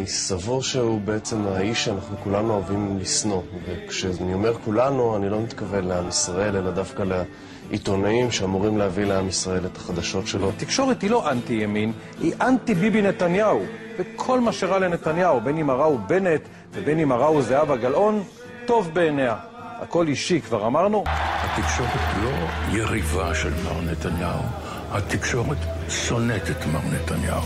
סבור שהוא בעצם האיש שאנחנו כולנו אוהבים לשנוא. וכשאני אומר כולנו, אני לא מתכוון לעם ישראל, אלא דווקא לעיתונאים שאמורים להביא לעם ישראל את החדשות שלו. התקשורת היא לא אנטי ימין, היא אנטי ביבי נתניהו. וכל מה שרע לנתניהו, בין אם הרע הוא בנט ובין אם הרע הוא זהבה גלאון, טוב בעיניה. הכל אישי, כבר אמרנו. התקשורת לא יריבה של מר נתניהו, התקשורת שונאת את מר נתניהו.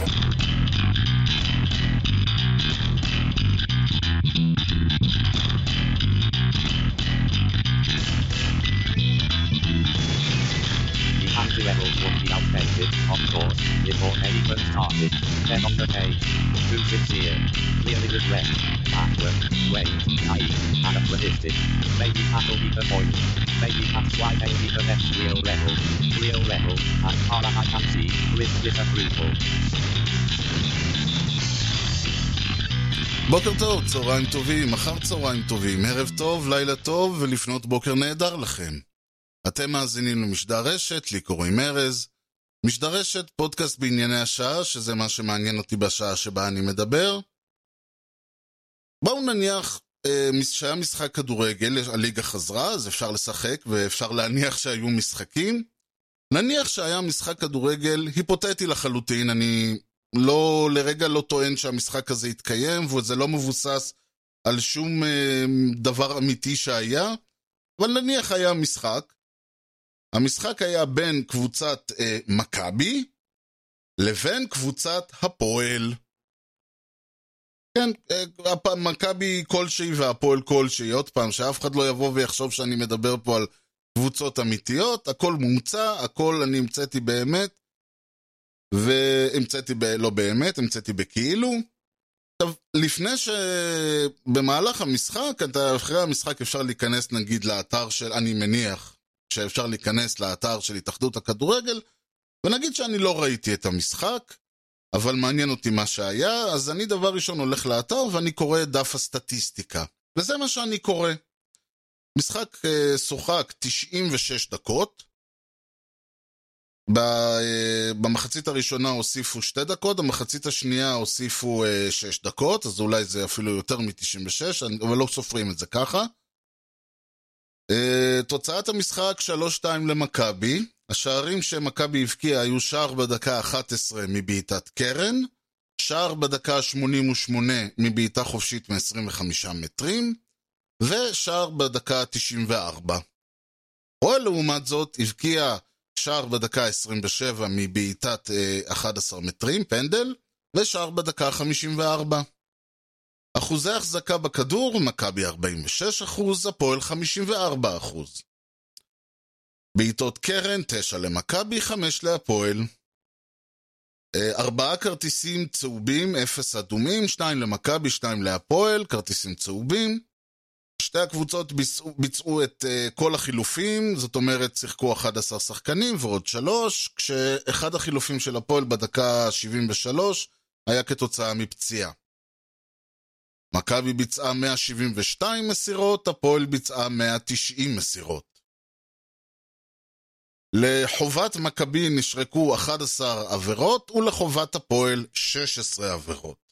The levels would be outdated, of course, before they even started. Then on the page, too sincere, clearly regret, backward, wait, naive, anachronistic. Maybe that'll be the point. Maybe that's why they need the next real level, as far as I can see, with disapproval. בוקר טוב, צהריים טובים, אחר צהריים טובים, ערב טוב, לילה טוב ולפנות בוקר נהדר לכם. אתם מאזינים למשדר רשת, לי קוראים ארז. משדר רשת, פודקאסט בענייני השעה, שזה מה שמעניין אותי בשעה שבה אני מדבר. בואו נניח שהיה משחק כדורגל, הליגה חזרה, אז אפשר לשחק ואפשר להניח שהיו משחקים. נניח שהיה משחק כדורגל היפותטי לחלוטין, אני לרגע לא טוען שהמשחק הזה יתקיים, וזה לא מבוסס על שום דבר אמיתי שהיה, אבל נניח היה משחק. המשחק היה בין קבוצת מכבי לבין קבוצת הפועל. כן, מכבי כלשהי והפועל כלשהי. עוד פעם, שאף אחד לא יבוא ויחשוב שאני מדבר פה על קבוצות אמיתיות. הכל מומצא, הכל אני המצאתי באמת, והמצאתי לא באמת, המצאתי בכאילו. עכשיו, לפני שבמהלך המשחק, אחרי המשחק אפשר להיכנס נגיד לאתר של, אני מניח, שאפשר להיכנס לאתר של התאחדות הכדורגל, ונגיד שאני לא ראיתי את המשחק, אבל מעניין אותי מה שהיה, אז אני דבר ראשון הולך לאתר ואני קורא דף הסטטיסטיקה. וזה מה שאני קורא. משחק שוחק 96 דקות, במחצית הראשונה הוסיפו 2 דקות, במחצית השנייה הוסיפו 6 דקות, אז אולי זה אפילו יותר מ-96, אבל לא סופרים את זה ככה. תוצאת המשחק 3-2 למכבי. השערים שמכבי הבקיע היו שער בדקה 11 מבעיטת קרן, שער בדקה 88 מבעיטה חופשית מ-25 מטרים, ושער בדקה 94. הפועל לעומת זאת הבקיע שער בדקה 27 מבעיטת 11 מטרים, פנדל, ושער בדקה 54. אחוזי החזקה בכדור, מכבי 46%, הפועל 54%. בעיטות קרן, 9 למכבי, 5 להפועל. 4 כרטיסים צהובים, 0 אדומים, 2 למכבי, 2 להפועל, כרטיסים צהובים. שתי הקבוצות ביצעו את כל החילופים, זאת אומרת שיחקו 11 שחקנים ועוד 3, כשאחד החילופים של הפועל בדקה 73 היה כתוצאה מפציעה. מכבי ביצעה 172 מסירות, הפועל ביצעה 190 מסירות. לחובת מכבי נשרקו 11 עבירות, ולחובת הפועל 16 עבירות.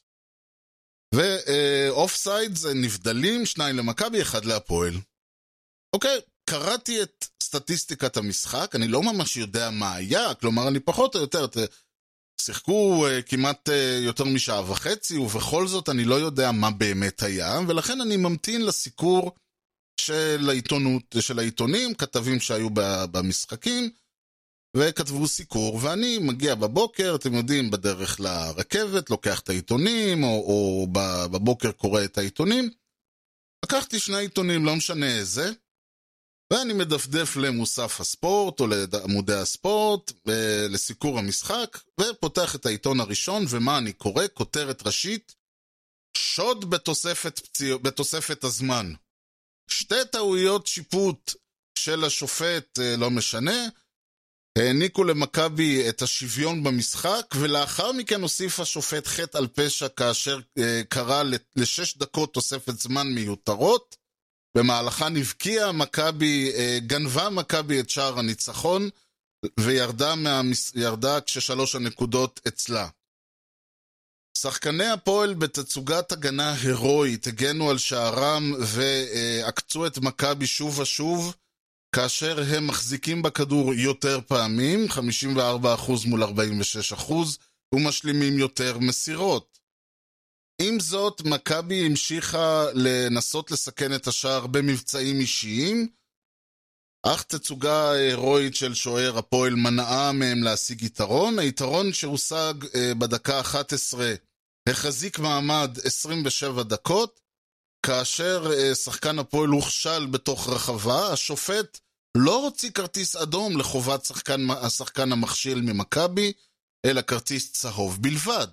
ואופסייד זה נבדלים, 2 למכבי, 1 להפועל. אוקיי, קראתי את סטטיסטיקת המשחק, אני לא ממש יודע מה היה, כלומר אני פחות או יותר, שיחקו כמעט יותר משעה וחצי, ובכל זאת אני לא יודע מה באמת היה, ולכן אני ממתין לסיקור של העיתונות, של העיתונים, כתבים שהיו במשחקים, וכתבו סיקור, ואני מגיע בבוקר, אתם יודעים, בדרך לרכבת, לוקח את העיתונים, או בבוקר קורא את העיתונים. לקחתי 2 עיתונים, לא משנה איזה, ואני מדפדף למוסף הספורט, או לעמודי הספורט, לסיקור המשחק, ופותח את העיתון הראשון, ומה אני קורא? כותרת ראשית, שוד בתוספת הזמן. 2 טעויות שיפוט של השופט, לא משנה, העניקו למכבי את השוויון במשחק, ולאחר מכן הוסיף השופט חטא על פשע כאשר קרא ל6 דקות תוספת זמן מיותרות. במהלכה נבקיע מכבי, גנבה מכבי את שער הניצחון, וירדה כש3 הנקודות אצלה. שחקני הפועל בתצוגת הגנה הירואית הגנו על שערם ועקצו את מכבי שוב ושוב, כאשר הם מחזיקים בכדור יותר פעמים, 54% מול 46%, ומשלימים יותר מסירות. עם זאת, מכבי המשיכה לנסות לסכן את השער במבצעים אישיים, אך תצוגה הירואית של שוער הפועל מנעה מהם להשיג יתרון. היתרון שהושג בדקה 11 החזיק מעמד 27 דקות, כאשר שחקן הפועל הוכשל בתוך רחבה. השופט לא הוציא כרטיס אדום לחובת השחקן המכשיל ממכבי, אלא כרטיס צהוב בלבד.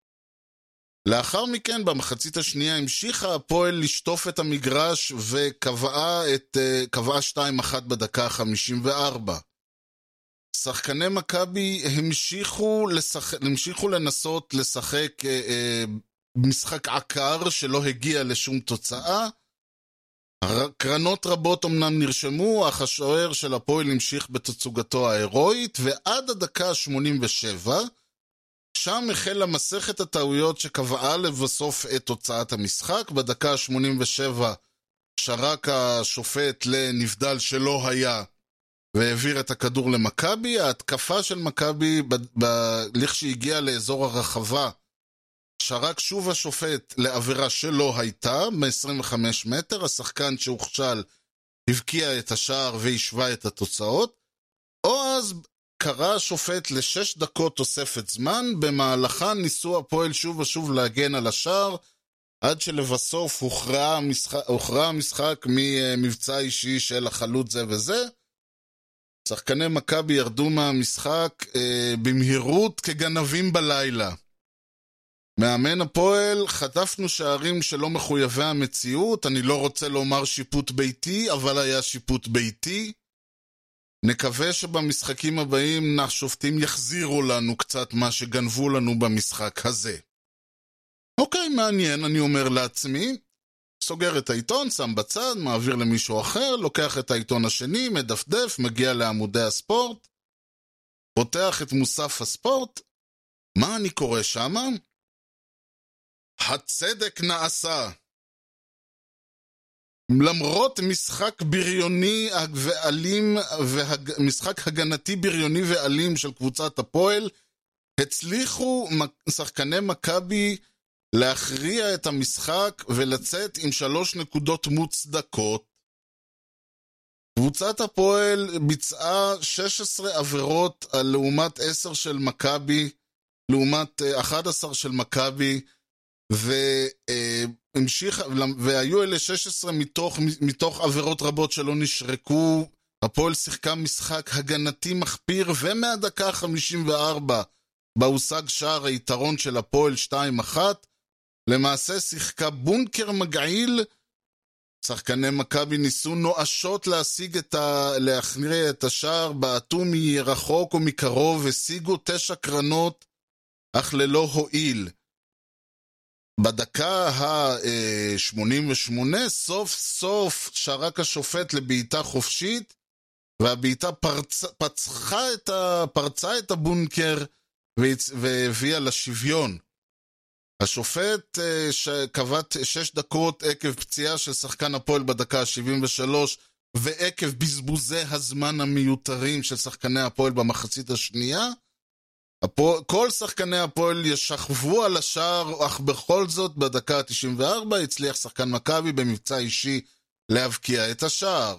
לאחר מכן, במחצית השנייה, המשיכה הפועל לשטוף את המגרש וקבעה 2-1 בדקה 54. שחקני מכבי המשיכו לנסות לשחק משחק עקר שלא הגיע לשום תוצאה. קרנות רבות אמנם נרשמו, אך השוער של הפועל המשיך בתצוגתו ההירואית, ועד הדקה 87, שם החלה מסכת הטעויות שקבעה לבסוף את תוצאת המשחק. בדקה 87 שרק השופט לנבדל שלא היה והעביר את הכדור למכבי. ההתקפה של מכבי לכשהגיעה לאזור הרחבה, שרק שוב השופט לעבירה שלא הייתה מ-25 מטר. השחקן שהוכשל הבקיע את השער והשווה את התוצאות. או אז קרא השופט ל6 דקות תוספת זמן, במהלכן ניסו הפועל שוב ושוב להגן על השער, עד שלבסוף הוכרע המשחק ממבצע אישי של החלוץ זה וזה. שחקני מכבי ירדו מהמשחק במהירות כגנבים בלילה. מאמן הפועל, חטפנו שערים שלא מחויבי המציאות. אני לא רוצה לומר שיפוט ביתי, אבל היה שיפוט ביתי. נקווה שבמשחקים הבאים השופטים יחזירו לנו קצת מה שגנבו לנו במשחק הזה. אוקיי, מעניין, אני אומר לעצמי. סוגר את העיתון, שם בצד, מעביר למישהו אחר, לוקח את העיתון השני, מדפדף, מגיע לעמודי הספורט, פותח את מוסף הספורט. מה אני קורא שמה? הצדק נעשה. למרות משחק בריוני ואלים ומשחק הגנתי בריוני ואלים של קבוצת הפועל, הצליחו שחקני מכבי להכריע את המשחק ולצאת עם 3 נקודות מוצדקות. קבוצת הפועל ביצעה 16 עבירות לעומת 10 של מכבי, לעומת 11 של מכבי, והיו אלה 16 מתוך עבירות רבות שלא נשרקו. הפועל שיחקה משחק הגנתי מחפיר, ומהדקה 54 בה הושג שער היתרון של הפועל 2-1, למעשה שיחקה בונקר מגעיל. שחקני מכבי ניסו נואשות להכריע את השער, בעטו מרחוק ומקרוב, השיגו 9 קרנות, אך ללא הועיל. בדקה ה-88 סוף סוף שרק השופט לבעיטה חופשית, והבעיטה פרצה את הבונקר והביאה לשוויון. השופט קבע 6 דקות עקב פציעה של שחקן הפועל בדקה ה-73, ועקב בזבוזי הזמן המיותרים של שחקני הפועל במחצית השנייה. כל שחקני הפועל ישכבו על השער, אך בכל זאת בדקה ה-94 הצליח שחקן מכבי במבצע אישי להבקיע את השער.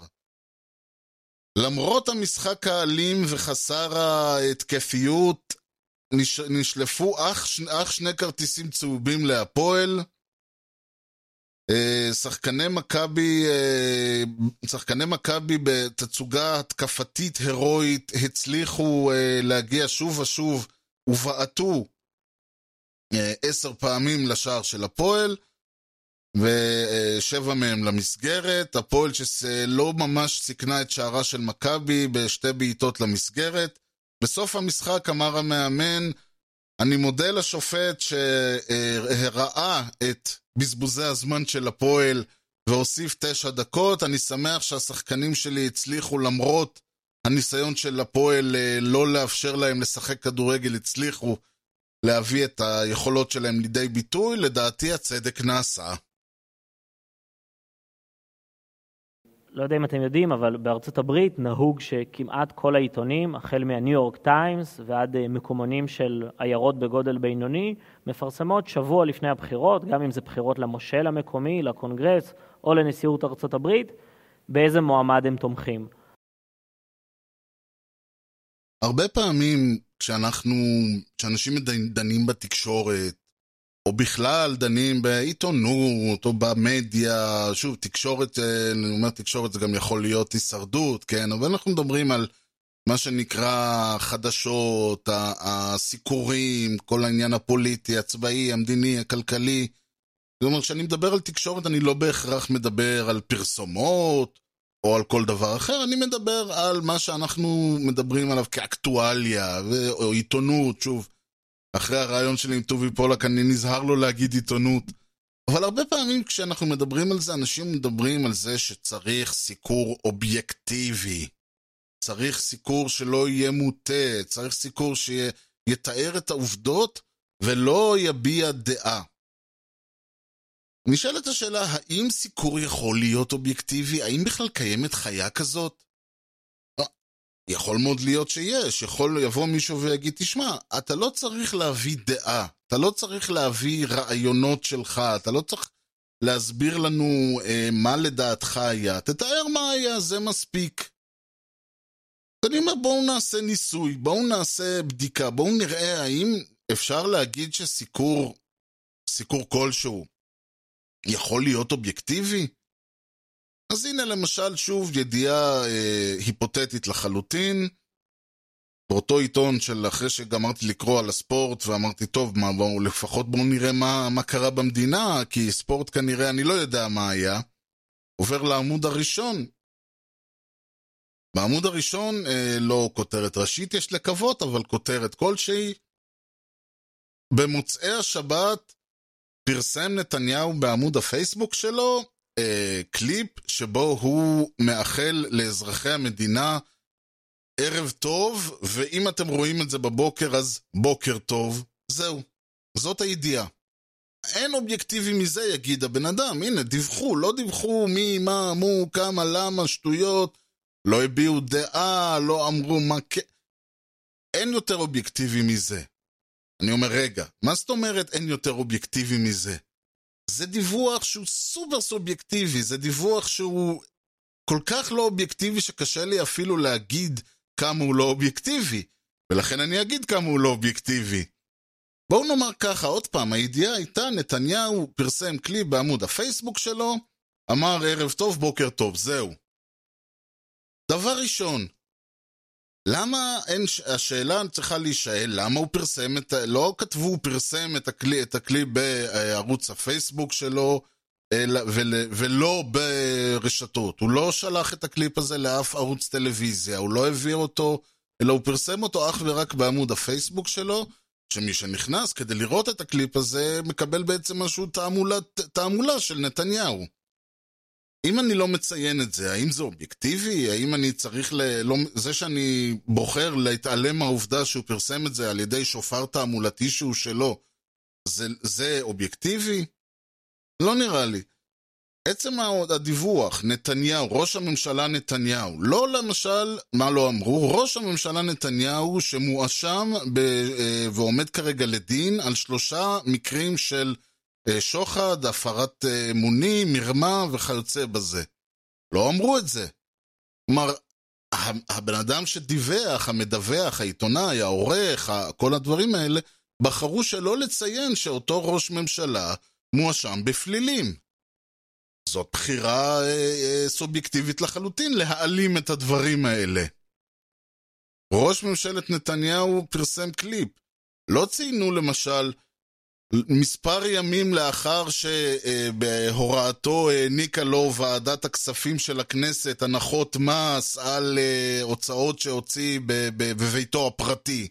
למרות המשחק האלים וחסר ההתקפיות, נשלפו אך 2 כרטיסים צהובים להפועל. שחקני מכבי בתצוגה התקפתית הירואית הצליחו להגיע שוב ושוב ובעטו 10 פעמים לשער של הפועל, ו7 מהם למסגרת. הפועל שלא ממש סיכנה את שערה של מכבי ב2 בעיטות למסגרת. בסוף המשחק אמר המאמן, אני מודה לשופט שהראה את בזבוזי הזמן של הפועל והוסיף 9 דקות. אני שמח שהשחקנים שלי הצליחו, למרות הניסיון של הפועל לא לאפשר להם לשחק כדורגל, הצליחו להביא את היכולות שלהם לידי ביטוי, לדעתי הצדק נעשה. לא יודע אם אתם יודעים, אבל בארצות הברית נהוג שכמעט כל העיתונים, החל מהניו יורק טיימס ועד מקומונים של עיירות בגודל בינוני, מפרסמות שבוע לפני הבחירות, גם אם זה בחירות למושל המקומי, לקונגרס או לנשיאות ארצות הברית, באיזה מועמד הם תומכים. הרבה פעמים כשאנשים דנים בתקשורת, או בכלל דנים בעיתונות, או במדיה, שוב, תקשורת, אני אומר תקשורת זה גם יכול להיות הישרדות, כן? אבל אנחנו מדברים על מה שנקרא חדשות, הסיקורים, כל העניין הפוליטי, הצבאי, המדיני, הכלכלי. זאת אומרת, כשאני מדבר על תקשורת, אני לא בהכרח מדבר על פרסומות, או על כל דבר אחר, אני מדבר על מה שאנחנו מדברים עליו כאקטואליה, או עיתונות, שוב. אחרי הרעיון שלי עם טובי פולק, אני נזהר לו להגיד עיתונות. אבל הרבה פעמים כשאנחנו מדברים על זה, אנשים מדברים על זה שצריך סיקור אובייקטיבי. צריך סיקור שלא יהיה מוטה, צריך סיקור שיתאר את העובדות ולא יביע דעה. נשאלת השאלה, האם סיקור יכול להיות אובייקטיבי? האם בכלל קיימת חיה כזאת? יכול מאוד להיות שיש, יכול יבוא מישהו ויגיד, תשמע, אתה לא צריך להביא דעה, אתה לא צריך להביא רעיונות שלך, אתה לא צריך להסביר לנו מה לדעתך היה, תתאר מה היה, זה מספיק. אני אומר, בואו נעשה ניסוי, בואו נעשה בדיקה, בואו נראה האם אפשר להגיד שסיקור כלשהו יכול להיות אובייקטיבי? אז הנה למשל שוב ידיעה היפותטית לחלוטין, באותו עיתון של אחרי שגמרתי לקרוא על הספורט ואמרתי טוב, לפחות בואו נראה מה קרה במדינה, כי ספורט כנראה אני לא יודע מה היה, עובר לעמוד הראשון. בעמוד הראשון לא כותרת ראשית יש לקוות, אבל כותרת כלשהי. במוצאי השבת פרסם נתניהו בעמוד הפייסבוק שלו קליפ שבו הוא מאחל לאזרחי המדינה ערב טוב, ואם אתם רואים את זה בבוקר אז בוקר טוב. זהו, זאת הידיעה. אין אובייקטיבי מזה, יגיד הבן אדם. הנה, דיווחו, לא דיווחו מי, מה, מו, כמה, למה, שטויות, לא הביעו דעה, לא אמרו מה, אין יותר אובייקטיבי מזה. אני אומר, רגע, מה זאת אומרת אין יותר אובייקטיבי מזה? זה דיווח שהוא סופר סובייקטיבי, זה דיווח שהוא כל כך לא אובייקטיבי שקשה לי אפילו להגיד כמה הוא לא אובייקטיבי, ולכן אני אגיד כמה הוא לא אובייקטיבי. בואו נאמר ככה, עוד פעם, הידיעה הייתה, נתניהו פרסם קליפ בעמוד הפייסבוק שלו, אמר ערב טוב, בוקר טוב, זהו. דבר ראשון, למה אין, השאלה צריכה להישאל, למה הוא פרסם לא כתבו הוא פרסם את הקליפ בערוץ הפייסבוק שלו, ולא ברשתות, הוא לא שלח את הקליפ הזה לאף ערוץ טלוויזיה, הוא לא הביא אותו, אלא הוא פרסם אותו אך ורק בעמוד הפייסבוק שלו, שמי שנכנס כדי לראות את הקליפ הזה, מקבל בעצם משהו תעמולה של נתניהו. אם אני לא מציין את זה, האם זה אובייקטיבי? האם אני צריך זה שאני בוחר להתעלם מהעובדה שהוא פרסם את זה על ידי שופר תעמולתי שהוא שלו, זה אובייקטיבי? לא נראה לי. עצם הדיווח, נתניהו, ראש הממשלה נתניהו, לא למשל, מה לא אמרו, ראש הממשלה נתניהו שמואשם ועומד כרגע לדין על 3 מקרים של שוחד, הפרת אמונים, מרמה וכיוצא בזה. לא אמרו את זה. כלומר, הבן אדם שדיווח, המדווח, העיתונאי, העורך, כל הדברים האלה, בחרו שלא לציין שאותו ראש ממשלה מואשם בפלילים. זאת בחירה סובייקטיבית לחלוטין להעלים את הדברים האלה. ראש ממשלת נתניהו פרסם קליפ. לא ציינו למשל מספר ימים לאחר שבהוראתו העניקה לו ועדת הכספים של הכנסת הנחות מס על הוצאות שהוציא בביתו הפרטי.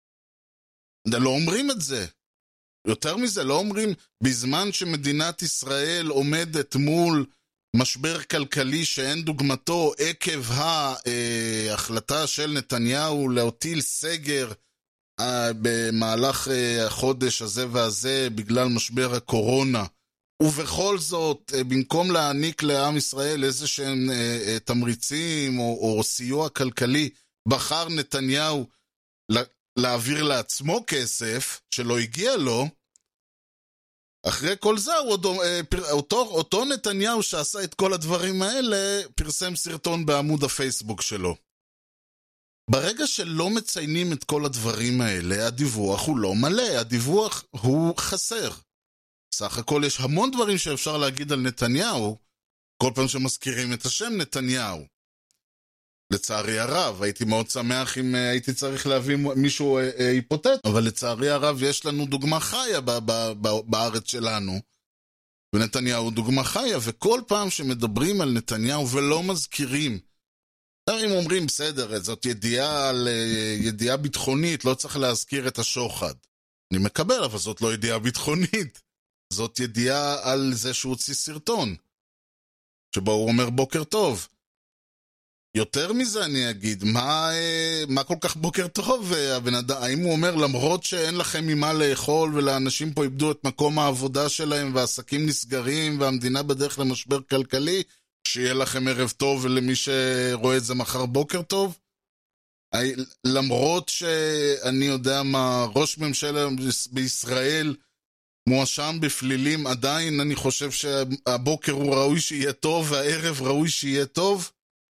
לא אומרים את זה. יותר מזה, לא אומרים, בזמן שמדינת ישראל עומדת מול משבר כלכלי שאין דוגמתו עקב ההחלטה של נתניהו להטיל סגר במהלך החודש הזה והזה, בגלל משבר הקורונה, ובכל זאת, במקום להעניק לעם ישראל איזה שהם תמריצים או סיוע כלכלי, בחר נתניהו להעביר לעצמו כסף שלא הגיע לו. אחרי כל זה, אותו נתניהו שעשה את כל הדברים האלה, פרסם סרטון בעמוד הפייסבוק שלו. ברגע שלא מציינים את כל הדברים האלה, הדיווח הוא לא מלא, הדיווח הוא חסר. סך הכל יש המון דברים שאפשר להגיד על נתניהו, כל פעם שמזכירים את השם נתניהו. לצערי הרב, הייתי מאוד שמח אם הייתי צריך להביא מישהו היפותטי, אבל לצערי הרב יש לנו דוגמה חיה בארץ שלנו, ונתניהו דוגמה חיה, וכל פעם שמדברים על נתניהו ולא מזכירים, אם אומרים בסדר, זאת ידיעה ביטחונית, לא צריך להזכיר את השוחד. אני מקבל, אבל זאת לא ידיעה ביטחונית. זאת ידיעה על זה שהוא הוציא סרטון, שבו הוא אומר בוקר טוב. יותר מזה אני אגיד, מה כל כך בוקר טוב? האם הוא אומר, למרות שאין לכם ממה לאכול, ולאנשים פה איבדו את מקום העבודה שלהם, והעסקים נסגרים, והמדינה בדרך למשבר כלכלי, שיהיה לכם ערב טוב, ולמי שרואה את זה מחר בוקר טוב? למרות שאני יודע מה, ראש ממשלה בישראל מואשם בפלילים, עדיין אני חושב שהבוקר הוא ראוי שיהיה טוב, והערב ראוי שיהיה טוב.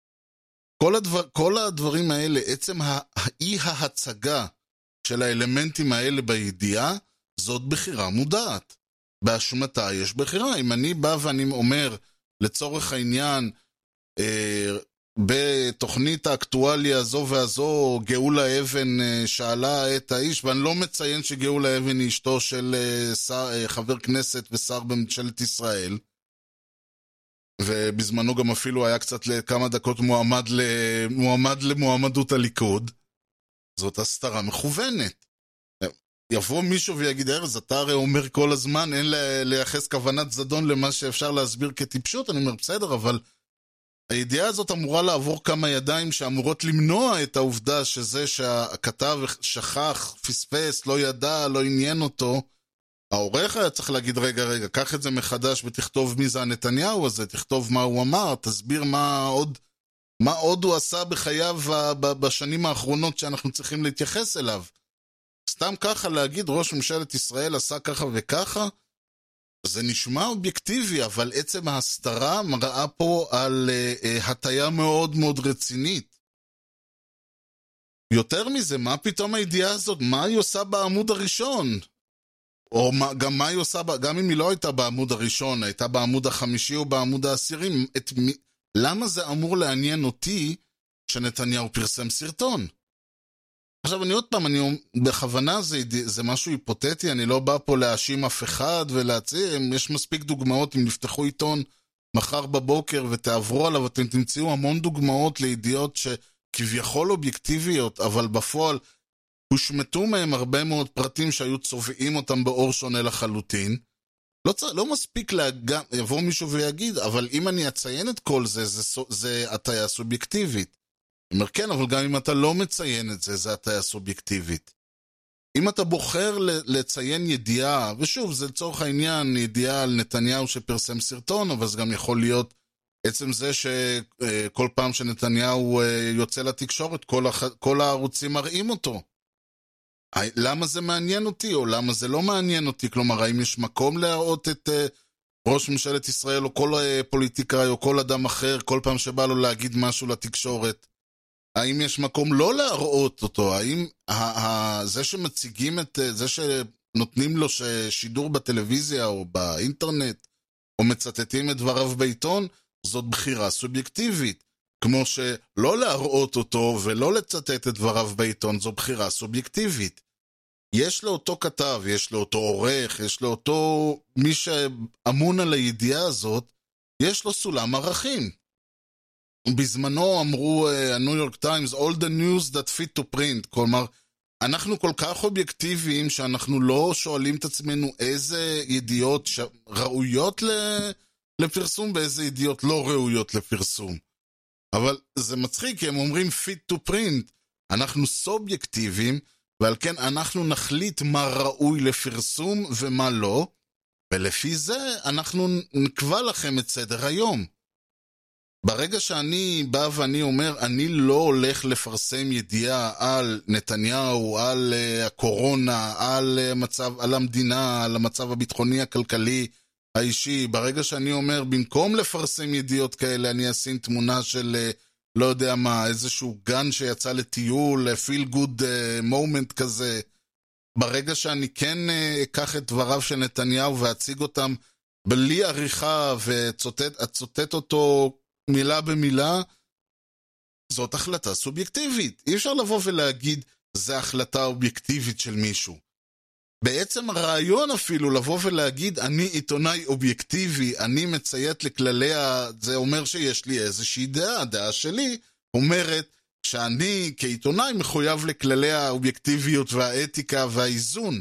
כל הדברים האלה, עצם האי ההצגה של האלמנטים האלה בידיעה, זאת בחירה מודעת. באשמתה יש בחירה. אם אני בא ואני אומר, לצורך העניין, בתוכנית האקטואליה הזו והזו, גאולה אבן שאלה את האיש, ואני לא מציין שגאולה אבן היא אשתו של חבר כנסת ושר בממשלת ישראל, ובזמנו גם אפילו היה קצת לכמה דקות מועמד למועמדות הליכוד. זאת הסתרה מכוונת. יבוא מישהו ויגיד, ארז, אתה הרי אומר כל הזמן, אין לייחס כוונת זדון למה שאפשר להסביר כטיפשות. אני אומר, בסדר, אבל הידיעה הזאת אמורה לעבור כמה ידיים שאמורות למנוע את העובדה שזה שהכתב שכח, פספס, לא ידע, לא עניין אותו. העורך היה צריך להגיד, רגע, קח את זה מחדש ותכתוב מי זה הנתניהו הזה, תכתוב מה הוא אמר, תסביר מה עוד הוא עשה בחייו בשנים האחרונות שאנחנו צריכים להתייחס אליו. סתם ככה להגיד, ראש ממשלת ישראל עשה ככה וככה, זה נשמע אובייקטיבי, אבל עצם ההסתרה מראה פה על הטיה מאוד מאוד רצינית. יותר מזה, מה פתאום הידיעה הזאת? מה היא עושה בעמוד הראשון? או גם מה היא עושה, גם אם היא לא הייתה בעמוד הראשון, הייתה בעמוד החמישי או בעמוד העשירי, למה זה אמור לעניין אותי שנתניהו פרסם סרטון? עכשיו אני עוד פעם, בכוונה זה משהו היפותטי, אני לא בא פה להאשים אף אחד ולהציע, יש מספיק דוגמאות, אם נפתחו עיתון מחר בבוקר ותעברו עליו, אתם תמצאו המון דוגמאות לידיעות שכביכול אובייקטיביות, אבל בפועל הושמטו מהם הרבה מאוד פרטים שהיו צובעים אותם באור שונה לחלוטין. לא מספיק יבוא מישהו ויגיד, אבל אם אני אציין את כל זה, זה הטיה סובייקטיבית. אני אומר, כן, אבל גם אם אתה לא מציין את זה, זה הטיה סובייקטיבית. אם אתה בוחר לציין ידיעה, ושוב, זה לצורך העניין ידיעה על נתניהו שפרסם סרטון, אבל זה גם יכול להיות עצם זה שכל פעם שנתניהו יוצא לתקשורת, כל הערוצים מראים אותו. למה זה מעניין אותי, או למה זה לא מעניין אותי? כלומר, האם יש מקום להראות את ראש ממשלת ישראל, או כל פוליטיקאי, או כל אדם אחר, כל פעם שבא לו להגיד משהו לתקשורת? האם יש מקום לא להראות אותו? האם זה שמציגים זה שנותנים לו שידור בטלוויזיה, או באינטרנט, או מצטטים את דבריו בעיתון, זאת בחירה סובייקטיבית. כמו שלא להראות אותו ולא לצטט את דבריו בעיתון, זו בחירה סובייקטיבית. יש לו אותו כתב, יש לו אותו עורך, יש לו אותו מי שאמון על הידיעה הזאת, יש לו סולם ערכים. בזמנו אמרו, הניו יורק טיימס, all the news that fit to print, כלומר, אנחנו כל כך אובייקטיביים שאנחנו לא שואלים את עצמנו איזה ידיעות ראויות לפרסום ואיזה ידיעות לא ראויות לפרסום. אבל זה מצחיק, כי הם אומרים fit to print. אנחנו סובייקטיביים, ועל כן אנחנו נחליט מה ראוי לפרסום ומה לא, ולפי זה אנחנו נקבע לכם את סדר היום. ברגע שאני בא ואני אומר, אני לא הולך לפרסם ידיעה על נתניהו, על הקורונה, על המדינה, על המצב הביטחוני, הכלכלי, האישי, ברגע שאני אומר, במקום לפרסם ידיעות כאלה, אני אשים תמונה של, לא יודע מה, איזשהו גן שיצא לטיול, feel good moment כזה, ברגע שאני כן אקח את דבריו של נתניהו ואציג אותם בלי עריכה ואצוטט אותו מילה במילה, זאת החלטה סובייקטיבית. אי אפשר לבוא ולהגיד, זה החלטה אובייקטיבית של מישהו. בעצם הרעיון אפילו לבוא ולהגיד, אני עיתונאי אובייקטיבי, אני מציית לכללי, זה אומר שיש לי איזושהי דעה, הדעה שלי אומרת שאני כעיתונאי מחויב לכללי האובייקטיביות והאתיקה והאיזון.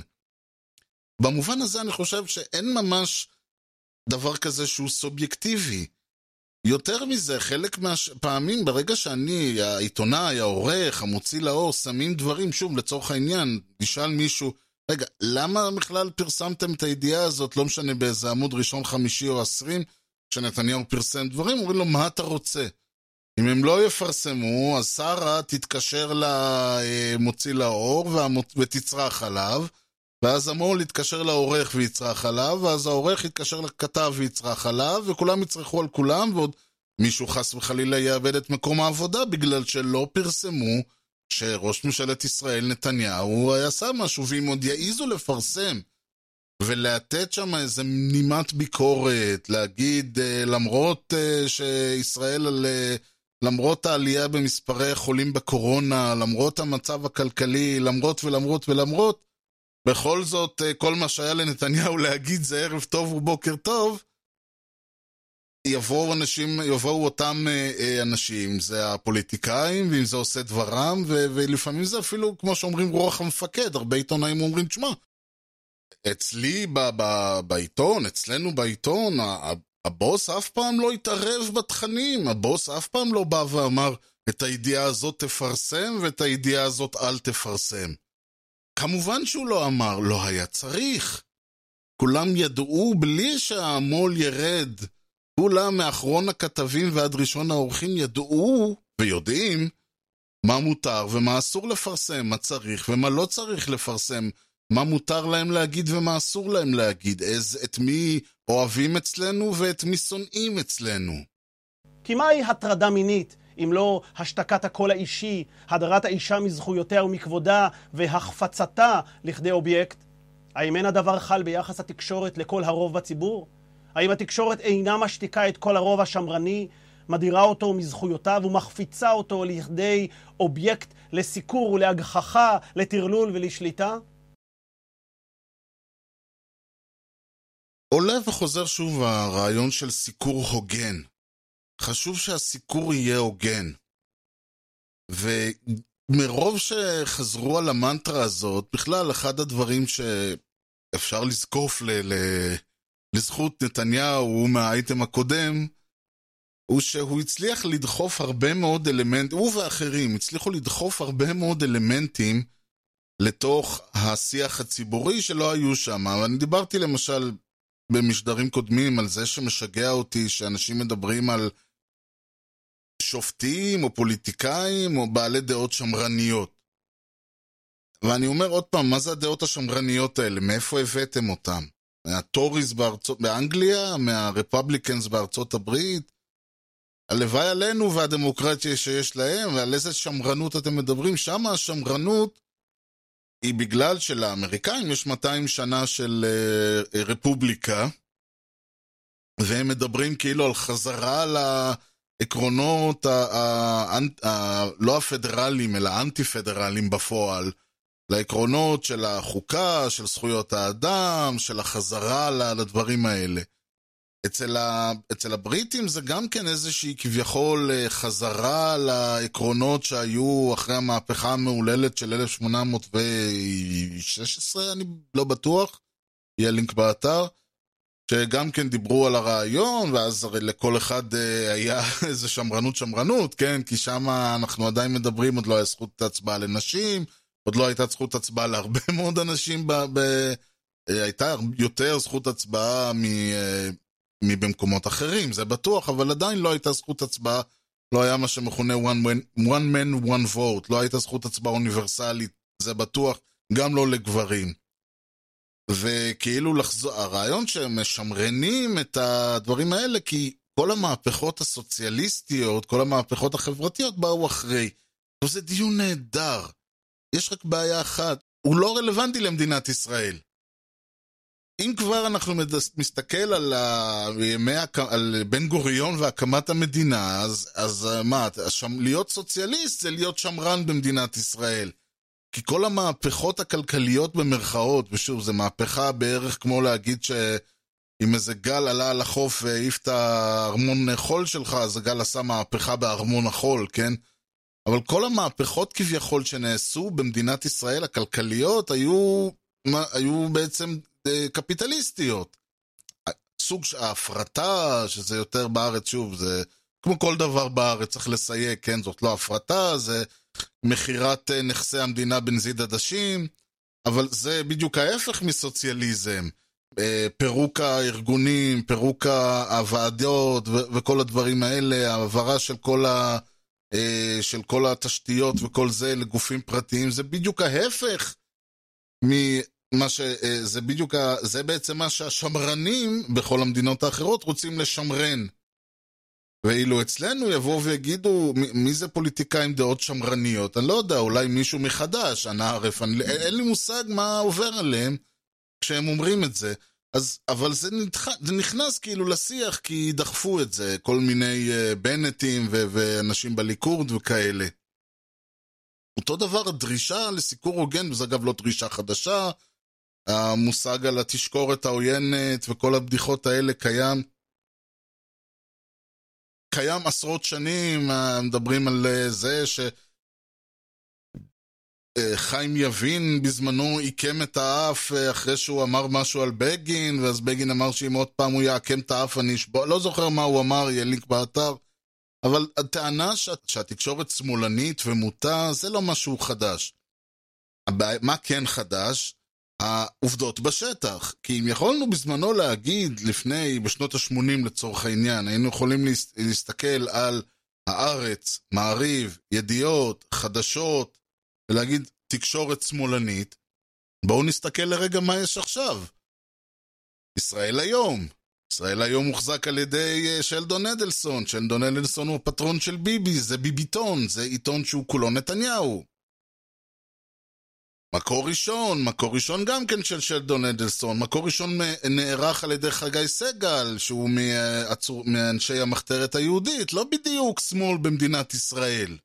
במובן הזה אני חושב שאין ממש דבר כזה שהוא סובייקטיבי. יותר מזה, חלק מהפעמים ברגע שאני, העיתונאי, העורך, המוציא לאור, שמים דברים, שוב לצורך העניין, נשאל מישהו, רגע, למה בכלל פרסמתם את הידיעה הזאת, לא משנה באיזה עמוד ראשון, חמישי או 20, כשנתניהו פרסם דברים, אומרים לו, מה אתה רוצה? אם הם לא יפרסמו, אז שרה תתקשר למוציא לאור ותצרח עליו, ואז המול יתקשר לעורך ויצרח עליו, ואז העורך יתקשר לכתב ויצרח עליו, וכולם יצרחו על כולם, ועוד מישהו חס וחלילה יאבד את מקום העבודה, בגלל שלא פרסמו שראש ממשלת ישראל נתניהו עשה משהו, ואם עוד יעיזו לפרסם, ולתת שם איזה נימת ביקורת, להגיד למרות שישראל, למרות העלייה במספרי החולים בקורונה, למרות המצב הכלכלי, למרות, בכל זאת, כל מה שהיה לנתניהו להגיד זה ערב טוב ובוקר טוב, יבואו אותם אנשים, זה הפוליטיקאים, ואם זה עושה דברם, ולפעמים זה אפילו, כמו שאומרים, רוח המפקד, הרבה עיתונאים אומרים, תשמע, אצלי בעיתון, אצלנו בעיתון, הבוס אף פעם לא התערב בתכנים, הבוס אף פעם לא בא ואמר, את הידיעה הזאת תפרסם, ואת הידיעה הזאת אל תפרסם. כמובן שהוא לא אמר, לא היה צריך. כולם ידעו בלי שהמול ירד. כולם מאחרון הכתבים ועד ראשון האורחים ידעו ויודעים מה מותר ומה אסור לפרסם, מה צריך ומה לא צריך לפרסם, מה מותר להם להגיד ומה אסור להם להגיד, את מי אוהבים אצלנו ואת מי שונאים אצלנו. כי מהי הטרדה מינית? אם לא השתקת הקול האישי, הדרת האישה מזכויותיה ומכבודה והחפצתה לכדי אובייקט? האם אין הדבר חל ביחס התקשורת לכל הרוב בציבור? האם התקשורת אינה משתיקה את כל הרוב השמרני, מדירה אותו מזכויותיו ומחפיצה אותו לכדי אובייקט לסיקור ולהגחכה, לטרלול ולשליטה? עולה וחוזר שוב הרעיון של סיקור הוגן. חשוב שהסיקור יהיה הוגן. ומרוב שחזרו על המנטרה הזאת, בכלל אחד הדברים שאפשר לזקוף לזכות נתניהו מהאייטם הקודם, הוא שהוא הצליח לדחוף הרבה מאוד אלמנטים, הוא ואחרים הצליחו לדחוף הרבה מאוד אלמנטים לתוך השיח הציבורי שלא היו שם. ואני דיברתי למשל במשדרים קודמים על זה שמשגע אותי שאנשים מדברים על שופטים או פוליטיקאים או בעלי דעות שמרניות. ואני אומר עוד פעם, מה זה הדעות השמרניות האלה? מאיפה הבאתם אותם? מהטוריס באנגליה? מהרפובליקנס בארצות הברית? הלוואי עלינו והדמוקרטיה שיש להם, ועל איזה שמרנות אתם מדברים? שם השמרנות היא בגלל שלאמריקאים יש 200 שנה של רפובליקה, והם מדברים כאילו על חזרה לעקרונות לא הפדרליים, אלא האנטי-פדרליים בפועל, לעקרונות של החוקה, של זכויות האדם, של החזרה לדברים האלה. אצל הבריטים זה גם כן איזושהי כביכול חזרה לעקרונות שהיו אחרי המהפכה המעוללת של 1816, אני לא בטוח, יהיה לינק באתר, שגם כן דיברו על הרעיון, ואז לכל אחד היה איזה שמרנות, כן? כי שם אנחנו עדיין מדברים, עוד לא היה זכות הצבעה לנשים, עוד לא הייתה זכות הצבעה להרבה מאוד אנשים, הייתה יותר זכות הצבעה מבמקומות אחרים, זה בטוח, אבל עדיין לא הייתה זכות הצבעה, לא היה מה שמכונה one man one vote, לא הייתה זכות הצבעה אוניברסלית, זה בטוח, גם לא לגברים. וכאילו הרעיון שהם משמרנים את הדברים האלה, כי כל המהפכות הסוציאליסטיות, כל המהפכות החברתיות באו אחרי. וזה דיון נהדר. יש רק בעיה אחת, הוא לא רלוונטי למדינת ישראל. אם כבר אנחנו מסתכל על בן גוריון והקמת המדינה, אז מה, להיות סוציאליסט זה להיות שמרן במדינת ישראל. כי כל המהפכות הכלכליות במרכאות, ושוב, זה מהפכה בערך כמו להגיד שאם איזה גל עלה על החוף והעיף את הארמון חול שלך, אז הגל עשה מהפכה בארמון החול, כן? אבל כל המהפכות כביכול שנעשו במדינת ישראל, הכלכליות, היו בעצם קפיטליסטיות. סוג ההפרטה, שזה יותר בארץ, שוב, זה כמו כל דבר בארץ, צריך לסייג, כן? זאת לא הפרטה, זה מחירת נכסי המדינה בנזיד עדשים, אבל זה בדיוק ההפך מסוציאליזם. פירוק הארגונים, פירוק הוועדות וכל הדברים האלה, העברה של כל התשתיות וכל זה לגופים פרטיים, זה בדיוק ההפך זה בעצם מה שהשמרנים בכל המדינות האחרות רוצים לשמרן. ואילו אצלנו יבואו ויגידו, מי זה פוליטיקאים עם דעות שמרניות? אני לא יודע, אולי מישהו מחדש, אין לי מושג מה עובר עליהם כשהם אומרים את זה. אבל זה נכנס כאילו לשיח, כי דחפו את זה, כל מיני בנטים ואנשים בליכוד וכאלה. אותו דבר, הדרישה לסיקור הוגן, וזה אגב לא דרישה חדשה, המושג על התשקורת העוינת וכל הבדיחות האלה קיים עשרות שנים, מדברים על זה שחיים יבין בזמנו עיקם את האף אחרי שהוא אמר משהו על בגין, ואז בגין אמר שאם עוד פעם הוא יעקם את האף אני אשבור, לא זוכר מה הוא אמר, יהיה לינק באתר, אבל הטענה שהתקשורת שמאלנית ומוטה זה לא משהו חדש. מה כן חדש? העובדות בשטח. כי אם יכולנו בזמנו להגיד בשנות ה-80 לצורך העניין, היינו יכולים להסתכל על הארץ, מעריב, ידיעות, חדשות, ולהגיד תקשורת שמאלנית, בואו נסתכל לרגע מה יש עכשיו. ישראל היום. ישראל היום מוחזק על ידי שלדון אדלסון. שלדון אדלסון הוא הפטרון של ביבי, זה ביביטון, זה עיתון שהוא כולו נתניהו. מקור ראשון גם כן של שלדון אדלסון. מקור ראשון נערך על ידי חגי סגל, שהוא מאנשי המחתרת היהודית, לא בדיוק שמאל במדינת ישראל.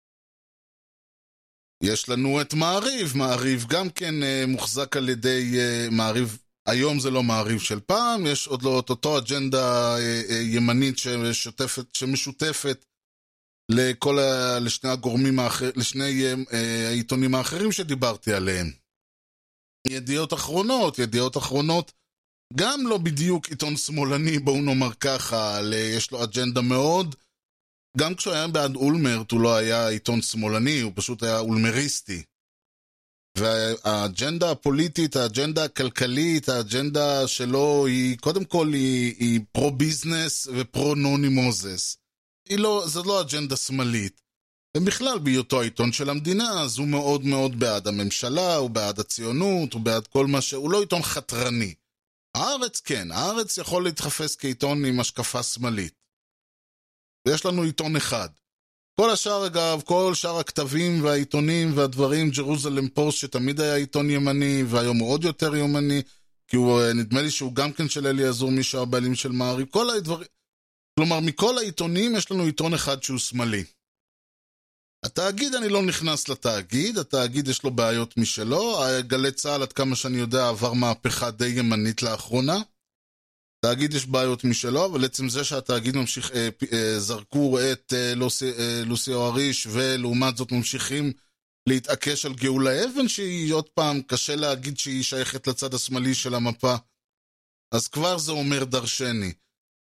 יש לנו את מעריב גם כן מוחזק על ידי מעריב, היום זה לא מעריב של פעם, יש עוד לא את אותו אג'נדה ימנית שמשותפת לשני הגורמים לשני העיתונים האחרים שדיברתי עליהם. ידיעות אחרונות, גם לא בדיוק עיתון שמאלני, בואו נאמר ככה, יש לו אג'נדה מאוד, גם כשהוא היה בעד אולמרט הוא לא היה עיתון שמאלני, הוא פשוט היה אולמריסטי. והאג'נדה הפוליטית, האג'נדה הכלכלית, האג'נדה שלו היא, קודם כל היא פרו-ביזנס ופרו-נוני מוזס. זו לא אג'נדה שמאלית. ובכלל, בהיותו העיתון של המדינה, אז הוא מאוד מאוד בעד הממשלה, הוא בעד הציונות, הוא בעד כל מה הוא לא עיתון חתרני. הארץ כן, הארץ יכול להתחפש כעיתון עם השקפה שמאלית. ויש לנו עיתון אחד. כל השאר אגב, כל שאר הכתבים והעיתונים והדברים, ג'רוזלם פוסט שתמיד היה עיתון ימני, והיום הוא עוד יותר ימני, כי נדמה לי שהוא גם כן של אליעזור, מי שהבעלים של מעריב, כל הדברים. כלומר, מכל העיתונים יש לנו עיתון אחד שהוא שמאלי. התאגיד, אני לא נכנס לתאגיד, התאגיד יש לו בעיות משלו, גלי צהל, עד כמה שאני יודע, עבר מהפכה די ימנית לאחרונה. תאגיד יש בעיות משלו, אבל עצם זה שהתאגיד ממשיך, זרקו את לוסי אוהריש, ולעומת זאת ממשיכים להתעקש על גאולה אבן, שהיא עוד פעם קשה להגיד שהיא שייכת לצד השמאלי של המפה. אז כבר זה אומר דרשני.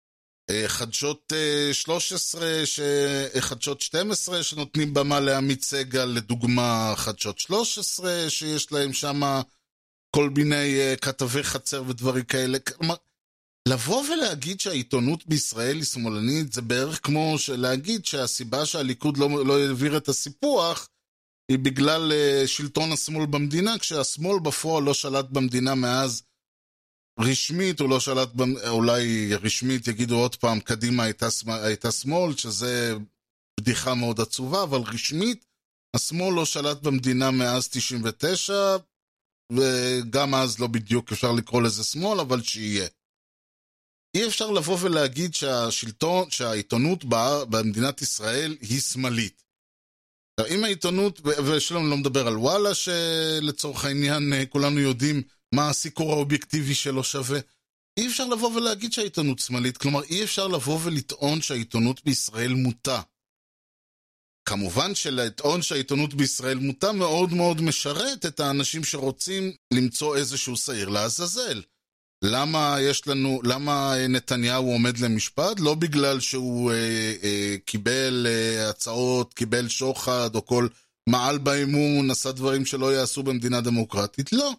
חדשות 13, חדשות 12 שנותנים במה לעמית סגל, לדוגמה חדשות 13 שיש להם שם כל מיני כתבי חצר ודברים כאלה. כלומר, לבוא ולהגיד שהעיתונות בישראל היא שמאלנית זה בערך כמו להגיד שהסיבה שהליכוד לא העביר את הסיפוח היא בגלל שלטון השמאל במדינה, כשהשמאל בפועל לא שלט במדינה מאז. רשמית הוא לא שלט, אולי רשמית יגידו עוד פעם, קדימה הייתה שמאל, שזה בדיחה מאוד עצובה, אבל רשמית, השמאל לא שלט במדינה מאז 99, וגם אז לא בדיוק אפשר לקרוא לזה שמאל, אבל שיהיה. אי אפשר לבוא ולהגיד שהעיתונות במדינת ישראל היא שמאלית. אם העיתונות, ושלום לא מדבר על וואלה, שלצורך העניין כולנו יודעים, מה הסיקור האובייקטיבי שלו שווה. אי אפשר לבוא ולהגיד שהעיתונות שמאלית, כלומר אי אפשר לבוא ולטעון שהעיתונות בישראל מוטה. כמובן שלטעון שהעיתונות בישראל מוטה מאוד מאוד משרת את האנשים שרוצים למצוא איזשהו שעיר לעזאזל. למה נתניהו עומד למשפט? לא בגלל שהוא קיבל הצעות, קיבל שוחד או כל מעל באמון, עשה דברים שלא יעשו במדינה דמוקרטית, לא.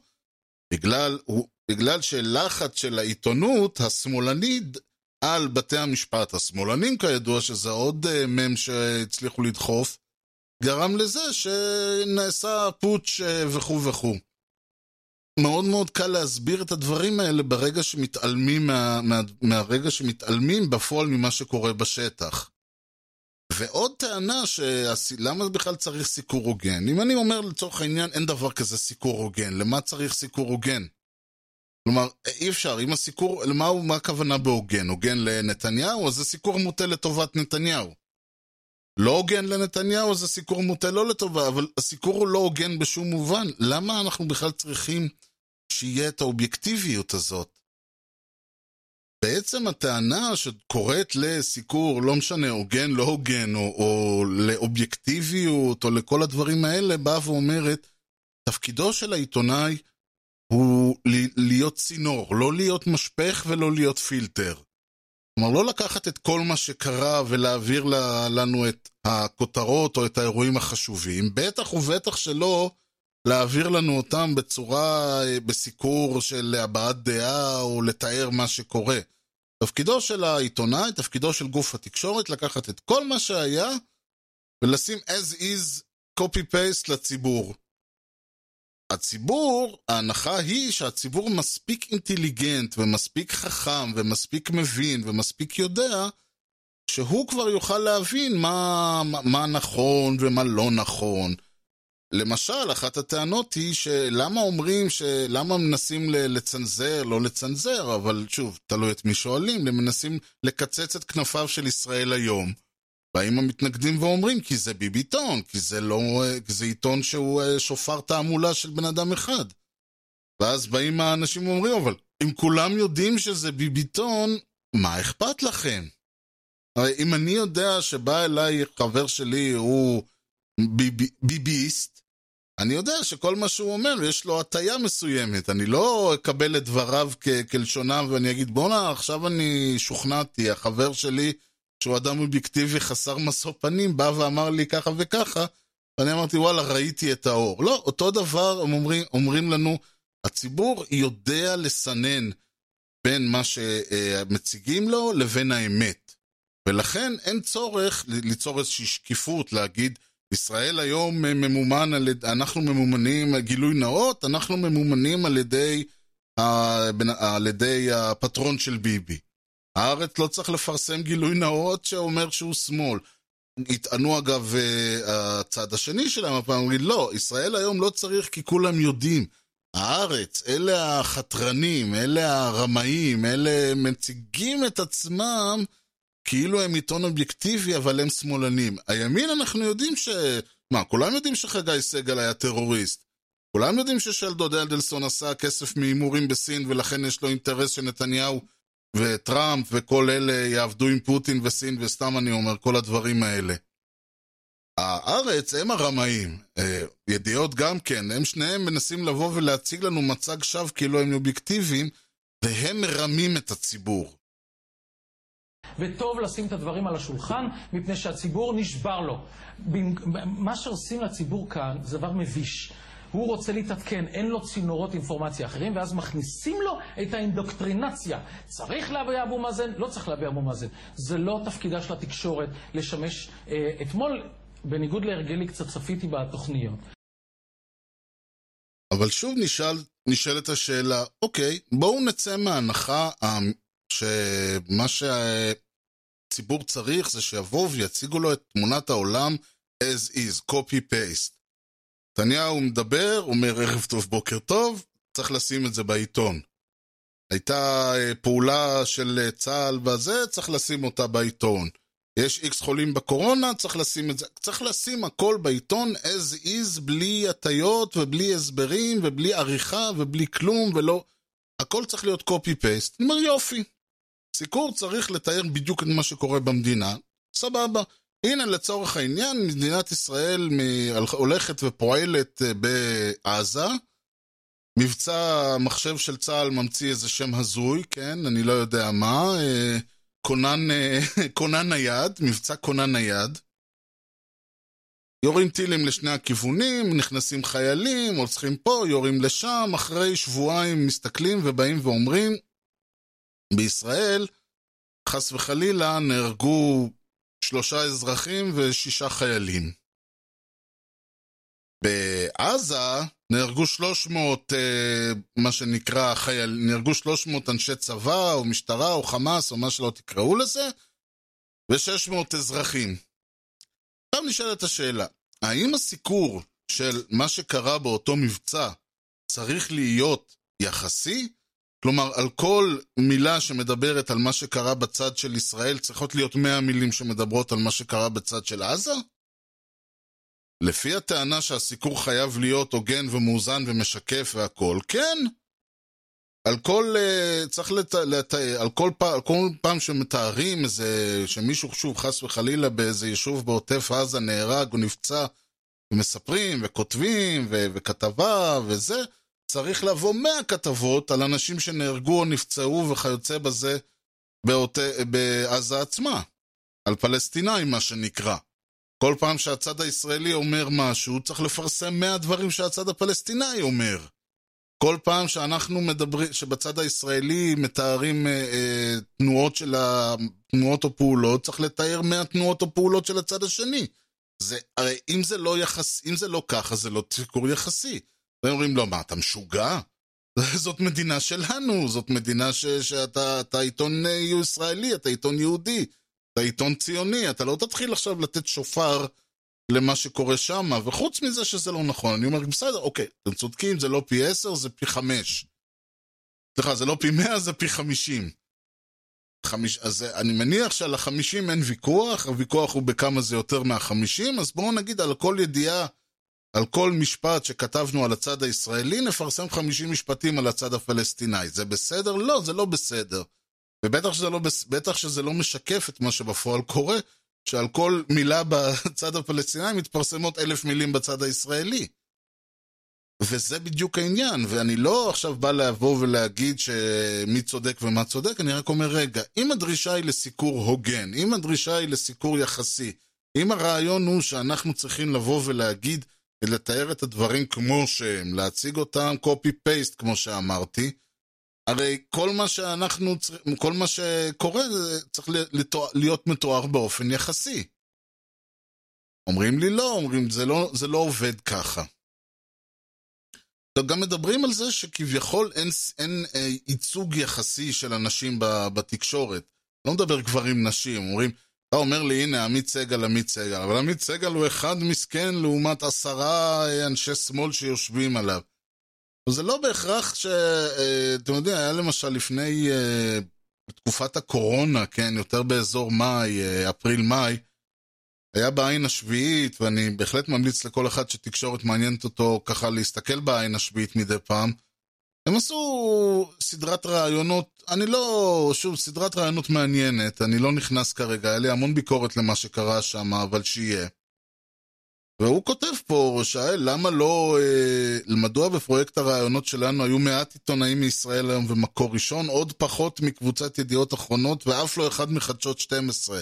בגלל שלחץ של העיתונות השמאלנית על בתי המשפט השמאלנים, כידוע שזה עוד מם שהצליחו לדחוף, גרם לזה שנעשה פוטש וכו' וכו'. מאוד מאוד קל להסביר את הדברים האלה ברגע שמתעלמים מהרגע שמתעלמים בפועל ממה שקורה בשטח. ועוד טענה למה בכלל צריך סיקור הוגן? אם אני אומר לצורך העניין אין דבר כזה סיקור הוגן, למה צריך סיקור הוגן? כלומר, אי אפשר, אם הסיקור, מה הכוונה בהוגן? הוגן לנתניהו, אז זה סיקור מוטה לטובת נתניהו. לא הוגן לנתניהו, אז זה סיקור מוטה לא לטובה, אבל הסיקור הוא לא הוגן בשום מובן. למה אנחנו בכלל צריכים שיהיה את האובייקטיביות הזאת? בעצם הטענה שקוראת לסיקור, לא משנה, הוגן, לא הוגן, או לאובייקטיביות, או לכל הדברים האלה, באה ואומרת, תפקידו של העיתונאי הוא להיות צינור, לא להיות משפך ולא להיות פילטר. כלומר, לא לקחת את כל מה שקרה ולהעביר לנו את הכותרות או את האירועים החשובים, בטח ובטח שלא להעביר לנו אותם בצורה, בסיקור של הבעת דעה או לתאר מה שקורה. תפקידו של העיתונאי, תפקידו של גוף התקשורת, לקחת את כל מה שהיה ולשים as is copy paste לציבור. הציבור, ההנחה היא שהציבור מספיק אינטליגנט ומספיק חכם ומספיק מבין ומספיק יודע שהוא כבר יוכל להבין מה נכון ומה לא נכון. למשל, אחת הטענות היא שלמה אומרים, למה מנסים לצנזר, לא לצנזר, אבל שוב, תלוי את מי שואלים, מנסים לקצץ את כנפיו של ישראל היום. באים המתנגדים ואומרים, כי זה ביביטון, כי זה עיתון שהוא שופר תעמולה של בן אדם אחד. ואז באים האנשים ואומרים, אבל אם כולם יודעים שזה ביביטון, מה אכפת לכם? הרי אם אני יודע שבא אליי חבר שלי הוא ביביסט, אני יודע שכל מה שהוא אומר יש לו הטיה מסוימת. אני לא אקבל את דבריו כלשונם ואני אגיד, בוא'נה, עכשיו אני שוכנעתי, החבר שלי שהוא אדם אובייקטיבי חסר משוא פנים, בא ואמר לי ככה וככה, ואני אמרתי, וואלה, ראיתי את האור. לא, אותו דבר הם אומרים לנו, הציבור יודע לסנן בין מה שמציגים לו לבין האמת. ולכן אין צורך ליצור איזושהי שקיפות, להגיד, ישראל היום ממומן, אנחנו ממומנים, גילוי נאות, אנחנו ממומנים על ידי הפטרון של ביבי. הארץ לא צריך לפרסם גילוי נאות שאומר שהוא שמאל. התענו אגב הצד השני שלהם, הפעם אומרים, לא, ישראל היום לא צריך כי כולם יודעים. הארץ, אלה החתרנים, אלה הרמאים, אלה מציגים את עצמם כאילו הם עיתון אובייקטיבי, אבל הם שמאלנים. הימין אנחנו יודעים כולם יודעים שחגי סגל היה טרוריסט. כולם יודעים ששלדון אדלסון עשה כסף מהימורים בסין, ולכן יש לו אינטרס שנתניהו וטראמפ וכל אלה יעבדו עם פוטין וסין, וסתם אני אומר, כל הדברים האלה. הארץ הם הרמאים, ידיעות גם כן, הם שניהם מנסים לבוא ולהציג לנו מצג שווא כאילו הם אובייקטיביים, והם מרמים את הציבור. וטוב לשים את הדברים על השולחן, מפני שהציבור נשבר לו. מה שעושים לציבור כאן זה דבר מביש. הוא רוצה להתעדכן, אין לו צינורות אינפורמציה אחרים, ואז מכניסים לו את האינדוקטרינציה. צריך להביע אבו מאזן? לא צריך להביע אבו מאזן. זה לא תפקידה של התקשורת לשמש. אתמול, בניגוד להרגלי, קצת צפיתי בתוכניות. אבל שוב נשאלת השאלה, אוקיי, בואו נצא מההנחה שמה שהציבור צריך זה שיבואו ויציגו לו את תמונת העולם as is, copy-paste. נתניהו מדבר, אומר ערב טוב בוקר טוב, צריך לשים את זה בעיתון. הייתה פעולה של צה"ל בזה, צריך לשים אותה בעיתון. יש איקס חולים בקורונה, צריך לשים את זה. צריך לשים הכל בעיתון as is, בלי הטיות ובלי הסברים ובלי עריכה ובלי כלום ולא. הכל צריך להיות copy-paste. אני אומר יופי. סיקור צריך לתאר בדיוק את מה שקורה במדינה. סבבה. הנה לצורך העניין, מדינת ישראל הולכת ופועלת בעזה, מבצע מחשב של צה"ל ממציא איזה שם הזוי, כן, אני לא יודע מה, קונן נייד, מבצע קונן נייד, יורים טילים לשני הכיוונים, נכנסים חיילים, הולכים פה, יורים לשם, אחרי שבועיים מסתכלים ובאים ואומרים, בישראל, חס וחלילה, נהרגו 3 אזרחים ו6 חיילים. בעזה נהרגו 300, מה שנקרא, נהרגו 300 אנשי צבא או משטרה או חמאס או מה שלא תקראו לזה, ו600 אזרחים. עכשיו נשאלת השאלה, האם הסיקור של מה שקרה באותו מבצע צריך להיות יחסי? כלומר, על כל מילה שמדברת על מה שקרה בצד של ישראל, צריכות להיות 100 מילים שמדברות על מה שקרה בצד של עזה? לפי הטענה שהסיקור חייב להיות הוגן ומאוזן ומשקף והכל, כן. על כל, על כל פעם שמתארים איזה, שמישהו שוב חס וחלילה באיזה יישוב בעוטף עזה נהרג או נפצע, ומספרים וכותבים וכתבה וזה, צריך לבוא 100 כתבות על אנשים שנהרגו או נפצעו וכיוצא בזה בעזה עצמה. על פלסטינאים מה שנקרא. כל פעם שהצד הישראלי אומר משהו, צריך לפרסם 100 דברים שהצד הפלסטיני אומר. כל פעם שאנחנו מדברים, שבצד הישראלי מתארים תנועות או פעולות, צריך לתאר 100 תנועות או פעולות של הצד השני. הרי אם זה לא ככה, זה לא סיקור יחסי. והם אומרים, לא, מה, אתה משוגע? זאת מדינה שלנו, זאת מדינה שאתה עיתון ישראלי, אתה עיתון יהודי, אתה עיתון ציוני, אתה לא תתחיל עכשיו לתת שופר למה שקורה שם, וחוץ מזה שזה לא נכון, אני אומר, בסדר, אוקיי, אתם צודקים, זה לא פי 10, זה פי 5. סליחה, זה לא פי 100, זה פי 50. אז אני מניח שעל ה-50 אין ויכוח, הוויכוח הוא בכמה זה יותר מה-50, אז בואו נגיד על כל ידיעה, על כל משפט שכתבנו על הצד הישראלי, נפרסם 50 משפטים על הצד הפלסטיני. זה בסדר? לא, זה לא בסדר. ובטח שזה לא משקף את מה שבפועל קורה, שעל כל מילה בצד הפלסטיני מתפרסמות 1,000 מילים בצד הישראלי. וזה בדיוק העניין, ואני לא עכשיו בא לבוא ולהגיד שמי צודק ומה צודק, אני רק אומר, רגע, אם הדרישה היא לסיקור הוגן, אם הדרישה היא לסיקור יחסי, אם הרעיון הוא שאנחנו צריכים לבוא ולהגיד, ולתאר את הדברים כמו שהם, להציג אותם copy-paste כמו שאמרתי, הרי כל מה שקורה צריך להיות מתואר באופן יחסי. אומרים לי לא, אומרים זה לא עובד ככה. גם מדברים על זה שכביכול אין ייצוג יחסי של אנשים בתקשורת. לא מדבר גברים נשים, אומרים, אתה אומר לי הנה עמית סגל, אבל עמית סגל הוא אחד מסכן לעומת 10 אנשי שמאל שיושבים עליו. וזה לא בהכרח אתם יודעים, היה למשל לפני בתקופת הקורונה, כן, יותר באזור מאי, אפריל-מאי, היה בעין השביעית, ואני בהחלט ממליץ לכל אחד שתקשורת מעניינת אותו ככה להסתכל בעין השביעית מדי פעם. הם עשו סדרת רעיונות, סדרת רעיונות מעניינת, אני לא נכנס כרגע, היה לי המון ביקורת למה שקרה שם, אבל שיהיה. והוא כותב פה, שאל, למה לא, מדוע בפרויקט הרעיונות שלנו היו 100 עיתונאים מישראל היום ומקור ראשון, עוד פחות מקבוצת ידיעות אחרונות, ואף לא אחד מחדשות 12.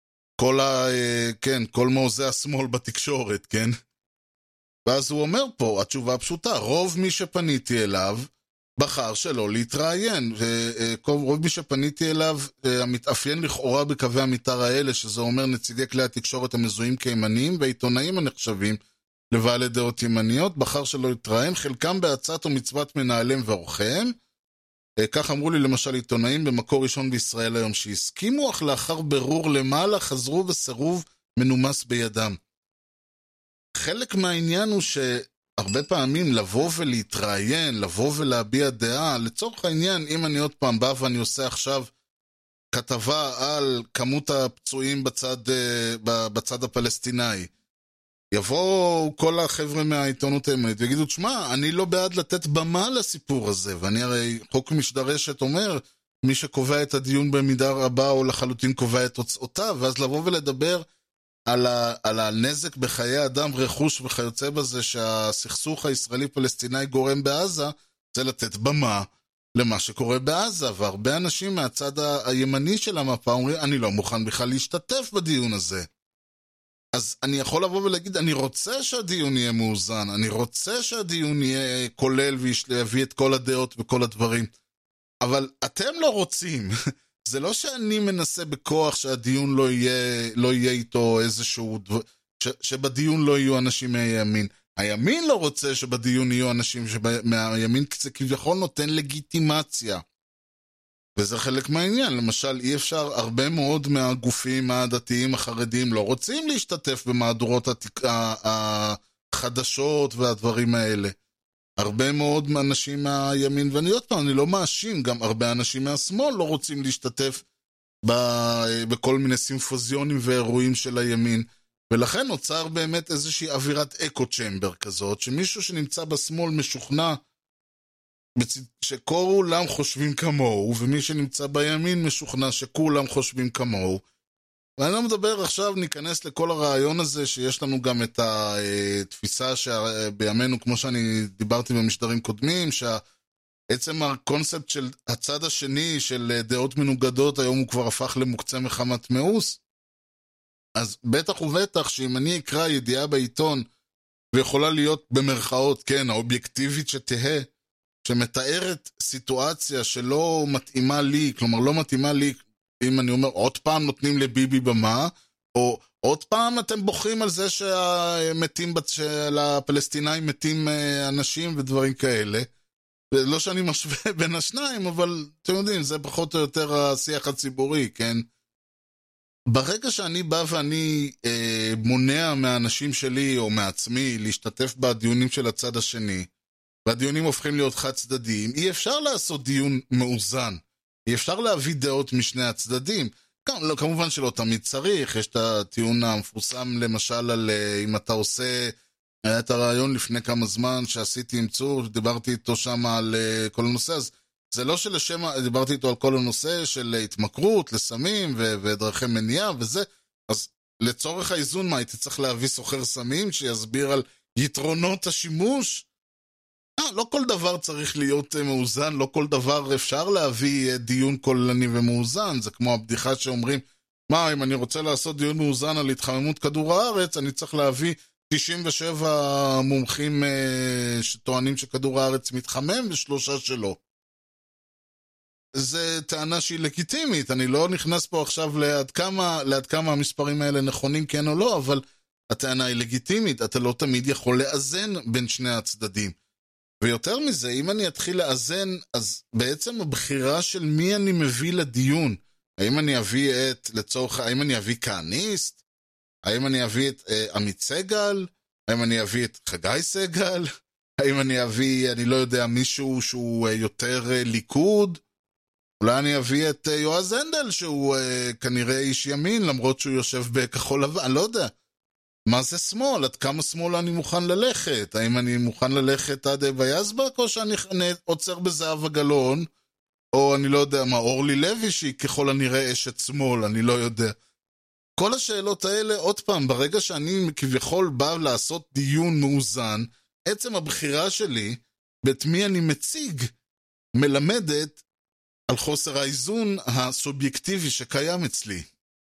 כל מעוזי השמאל בתקשורת, כן? ואז הוא אומר פה, התשובה הפשוטה, רוב מי שפניתי אליו, בחר שלא להתראיין, ורוב מי שפניתי אליו, המתאפיין לכאורה בקווי המתאר האלה, שזה אומר נציגי כלי התקשורת המזוהים כימניים, והעיתונאים הנחשבים לבעלי דעות ימניות, בחר שלא להתראיין, חלקם בעצת ומצוות מנהלים ועורכיהם, כך אמרו לי למשל עיתונאים במקור ראשון בישראל היום, שהסכימו, אך לאחר ברור למעלה, חזרו וסירוב מנומס בידם. חלק מהעניין הוא שהרבה פעמים לבוא ולהתראיין, לבוא ולהביע דעה, לצורך העניין, אם אני עוד פעם בא ואני עושה עכשיו כתבה על כמות הפצועים בצד הפלסטיני, יבואו כל החבר'ה מהעיתונות הימנית ויגידו, תשמע, אני לא בעד לתת במה לסיפור הזה, ואני הרי חוק משדרשת אומר, מי שקובע את הדיון במידה רבה או לחלוטין קובע את תוצאותיו, ואז לבוא ולדבר על הנזק בחיי אדם, רכוש וכיוצא בזה שהסכסוך הישראלי-פלסטיני גורם בעזה, זה לתת במה למה שקורה בעזה, והרבה אנשים מהצד הימני של המפה אומרים, אני לא מוכן בכלל להשתתף בדיון הזה. אז אני יכול לבוא ולהגיד, אני רוצה שהדיון יהיה מאוזן, אני רוצה שהדיון יהיה כולל ויביא את כל הדעות וכל הדברים, אבל אתם לא רוצים. זה לא שאני מנסה בכוח שהדיון לא יהיה איתו איזשהו, שבדיון לא יהיו אנשים מהימין. הימין לא רוצה שבדיון יהיו אנשים מהימין, כי זה כביכול נותן לגיטימציה. וזה חלק מהעניין. למשל, אי אפשר, הרבה מאוד מהגופים הדתיים החרדים לא רוצים להשתתף במהדורות החדשות והדברים האלה. הרבה מאוד אנשים מהימין, ואני עוד פעם, אני לא מאשים, גם הרבה אנשים מהשמאל לא רוצים להשתתף בכל מיני סימפוזיונים ואירועים של הימין, ולכן נוצר באמת איזושהי אווירת אקו-צ'מבר כזאת, שמישהו שנמצא בשמאל משוכנע שכולם חושבים כמוהו, ומי שנמצא בימין משוכנע שכולם חושבים כמוהו. ואני לא מדבר עכשיו, ניכנס לכל הרעיון הזה, שיש לנו גם את התפיסה שבימינו, כמו שאני דיברתי במשדרים קודמים, שעצם הקונספט של הצד השני של דעות מנוגדות, היום הוא כבר הפך למוקצה מחמת מאוס. אז בטח ובטח שאם אני אקרא ידיעה בעיתון, ויכולה להיות במרכאות, כן, האובייקטיבית שתהה, שמתארת סיטואציה שלא מתאימה לי, כלומר לא מתאימה לי, אם אני אומר, עוד פעם נותנים לביבי במה, או עוד פעם אתם בוכים על זה שלפלסטינאים מתים אנשים ודברים כאלה. לא שאני משווה בין השניים, אבל אתם יודעים, זה פחות או יותר השיח הציבורי, כן? ברגע שאני בא ואני מונע מהאנשים שלי או מעצמי להשתתף בדיונים של הצד השני, והדיונים הופכים להיות חד צדדיים, אי אפשר לעשות דיון מאוזן. אי אפשר להביא דעות משני הצדדים. כמובן שלא תמיד צריך, יש את הטיעון המפורסם למשל על אם אתה עושה, היה את הרעיון לפני כמה זמן שעשיתי עם צור, דיברתי איתו שם על כל הנושא, אז זה לא שלשם, דיברתי איתו על כל הנושא של התמכרות לסמים ודרכי מניעה וזה, אז לצורך האיזון מה, הייתי צריך להביא סוחר סמים שיסביר על יתרונות השימוש? לא כל דבר צריך להיות מאוזן, לא כל דבר אפשר להביא דיון כוללני ומאוזן, זה כמו הבדיחה שאומרים, מה, אם אני רוצה לעשות דיון מאוזן על התחממות כדור הארץ, אני צריך להביא 97 מומחים שטוענים שכדור הארץ מתחמם ושלושה שלא. זה טענה שהיא לגיטימית, אני לא נכנס פה עכשיו לעד כמה המספרים האלה נכונים כן או לא, אבל הטענה היא לגיטימית, אתה לא תמיד יכול לאזן בין שני הצדדים. ויותר מזה, אם אני אתחיל לאזן, אז בעצם הבחירה של מי אני מביא לדיון, האם אני אביא האם אני אביא כהניסט? האם אני אביא את עמית סגל? האם אני אביא את חגי סגל? האם אני אביא, אני לא יודע, מישהו שהוא יותר ליכוד? אולי אני אביא את יועז הנדל, שהוא כנראה איש ימין, למרות שהוא יושב בכחול לבן, אני לא יודע. מה זה שמאל? עד כמה שמאל אני מוכן ללכת? האם אני מוכן ללכת עד אבא יזבק, או שאני עוצר בזהבה גלאון, או אני לא יודע מה, אורלי לוי, שהיא ככל הנראה אשת שמאל, אני לא יודע. כל השאלות האלה, עוד פעם, ברגע שאני כביכול בא לעשות דיון מאוזן, עצם הבחירה שלי, ואת מי אני מציג, מלמדת על חוסר האיזון הסובייקטיבי שקיים אצלי.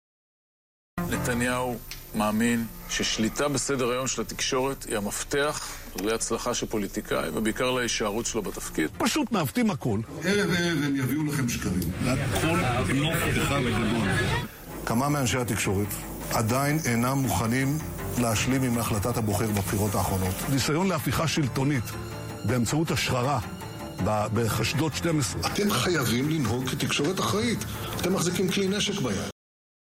נתניהו מאמין ששליטה בסדר היום של התקשורת היא המפתח להצלחה של פוליטיקאי, ובעיקר להישארות שלו בתפקיד. פשוט מעוותים הכל. ערב הם יביאו לכם שקרים. והכל נוף אחד גדול. כמה מאנשי התקשורת עדיין אינם מוכנים להשלים עם החלטת הבוחר בבחירות האחרונות. ניסיון להפיכה שלטונית באמצעות השררה בחשדות 12. אתם חייבים לנהוג כתקשורת אחראית. אתם מחזיקים כלי נשק ביד.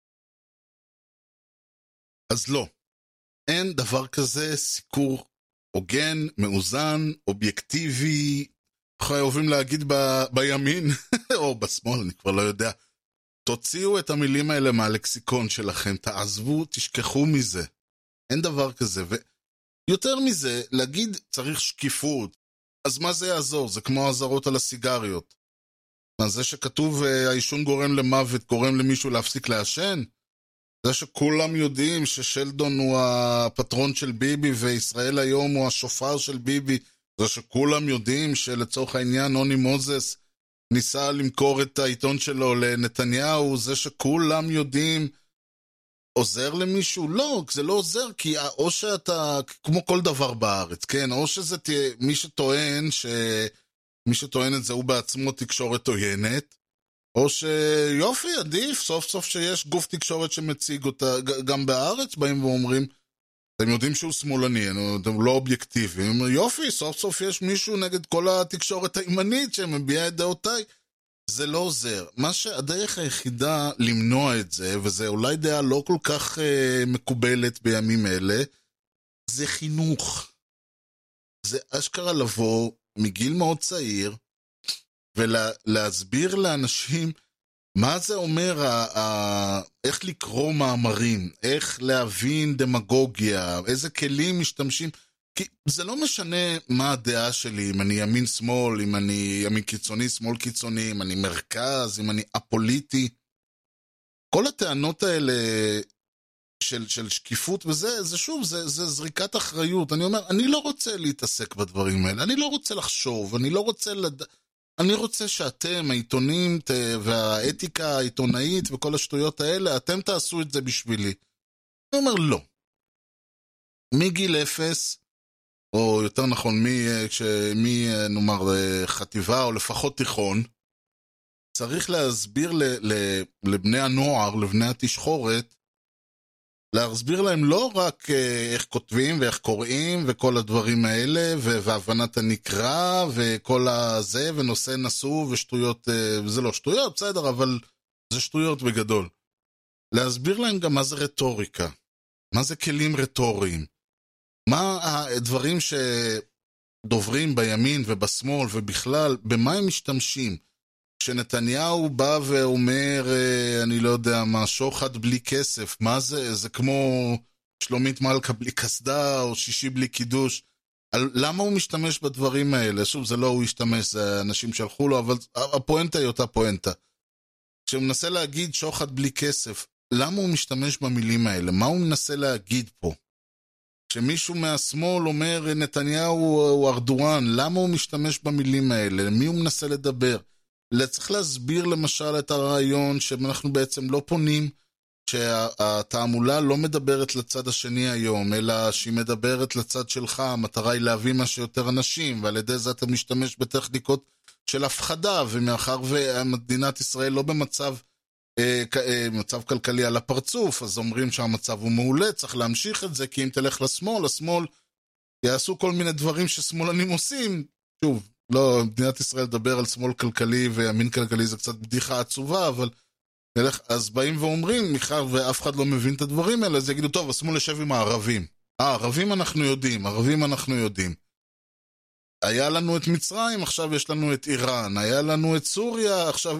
אז לא. אין דבר כזה סיקור הוגן, מאוזן, אובייקטיבי, חייבים להגיד בימין, או בשמאל, אני כבר לא יודע. תוציאו את המילים האלה מהלקסיקון שלכם, תעזבו, תשכחו מזה. אין דבר כזה, ויותר מזה, להגיד צריך שקיפות. אז מה זה יעזור? זה כמו הזרות על הסיגריות. מה זה שכתוב העישון גורם למוות, גורם למישהו להפסיק לעשן? זה שכולם יודעים ששלדון הוא הפטרון של ביבי וישראל היום הוא השופר של ביבי, זה שכולם יודעים שלצורך העניין נוני מוזס ניסה למכור את העיתון שלו לנתניהו, זה שכולם יודעים עוזר למישהו? לא, זה לא עוזר, כי או שאתה, כמו כל דבר בארץ, כן, או שזה תהיה, מי שטוען את זה הוא בעצמו תקשורת עוינת, או שיופי, עדיף, סוף סוף שיש גוף תקשורת שמציג אותה, גם בארץ באים ואומרים, אתם יודעים שהוא שמאלני, אתם לא אובייקטיביים, יופי, סוף סוף יש מישהו נגד כל התקשורת הימנית שמביע את דעותיי, זה לא עוזר. הדרך היחידה למנוע את זה, וזה אולי דעה לא כל כך מקובלת בימים אלה, זה חינוך. זה אשכרה לבוא מגיל מאוד צעיר, ולהסביר לאנשים מה זה אומר, איך לקרוא מאמרים, איך להבין דמגוגיה, איזה כלים משתמשים, כי זה לא משנה מה הדעה שלי, אם אני ימין שמאל, אם אני ימין קיצוני, שמאל קיצוני, אם אני מרכז, אם אני אפוליטי. כל הטענות האלה של שקיפות וזה, זה שוב, זה זריקת אחריות. אני אומר, אני לא רוצה להתעסק בדברים האלה, אני לא רוצה לחשוב, אני רוצה שאתם, העיתונים והאתיקה העיתונאית וכל השטויות האלה, אתם תעשו את זה בשבילי. אני אומר, לא. מגיל 0, או יותר נכון, נאמר חטיבה או לפחות תיכון, צריך להסביר לבני הנוער, לבני התשחורת, להסביר להם לא רק איך כותבים ואיך קוראים וכל הדברים האלה, והבנת הנקרא וכל הזה, ונושא נשוא ושטויות, זה לא שטויות, בסדר, אבל זה שטויות בגדול. להסביר להם גם מה זה רטוריקה, מה זה כלים רטוריים, מה הדברים שדוברים בימין ובשמאל ובכלל, במה הם משתמשים. כשנתניהו בא ואומר, אני לא יודע מה, שוחד בלי כסף, מה זה? זה כמו שלומית מלכה בלי כסדה, או שישי בלי קידוש. למה הוא משתמש בדברים האלה? שוב, זה לא הוא ישתמש, זה אנשים שהלכו לו, אבל הפואנטה היא אותה פואנטה. כשהוא מנסה להגיד שוחד בלי כסף, למה הוא משתמש במילים האלה? מה הוא מנסה להגיד פה? כשמישהו מהשמאל אומר, נתניהו הוא ארדואן, למה הוא משתמש במילים האלה? למי הוא מנסה לדבר? צריך להסביר למשל את הרעיון שאנחנו בעצם לא פונים, שהתעמולה לא מדברת לצד השני היום, אלא שהיא מדברת לצד שלך, המטרה היא להביא מה שיותר אנשים, ועל ידי זה אתה משתמש בטכניקות של הפחדה, ומאחר ומדינת ישראל לא במצב מצב כלכלי על הפרצוף, אז אומרים שהמצב הוא מעולה, צריך להמשיך את זה, כי אם תלך לשמאל, השמאל יעשו כל מיני דברים ששמאלנים עושים, שוב, לא, מדינת ישראל לדבר על שמאל כלכלי וימין כלכלי זה קצת בדיחה עצובה, אבל אז באים ואומרים, ואף אחד לא מבין את הדברים האלה, אז יגידו, טוב, השמאל ישב עם הערבים. ערבים אנחנו יודעים. היה לנו את מצרים, עכשיו יש לנו את איראן. היה לנו את סוריה, עכשיו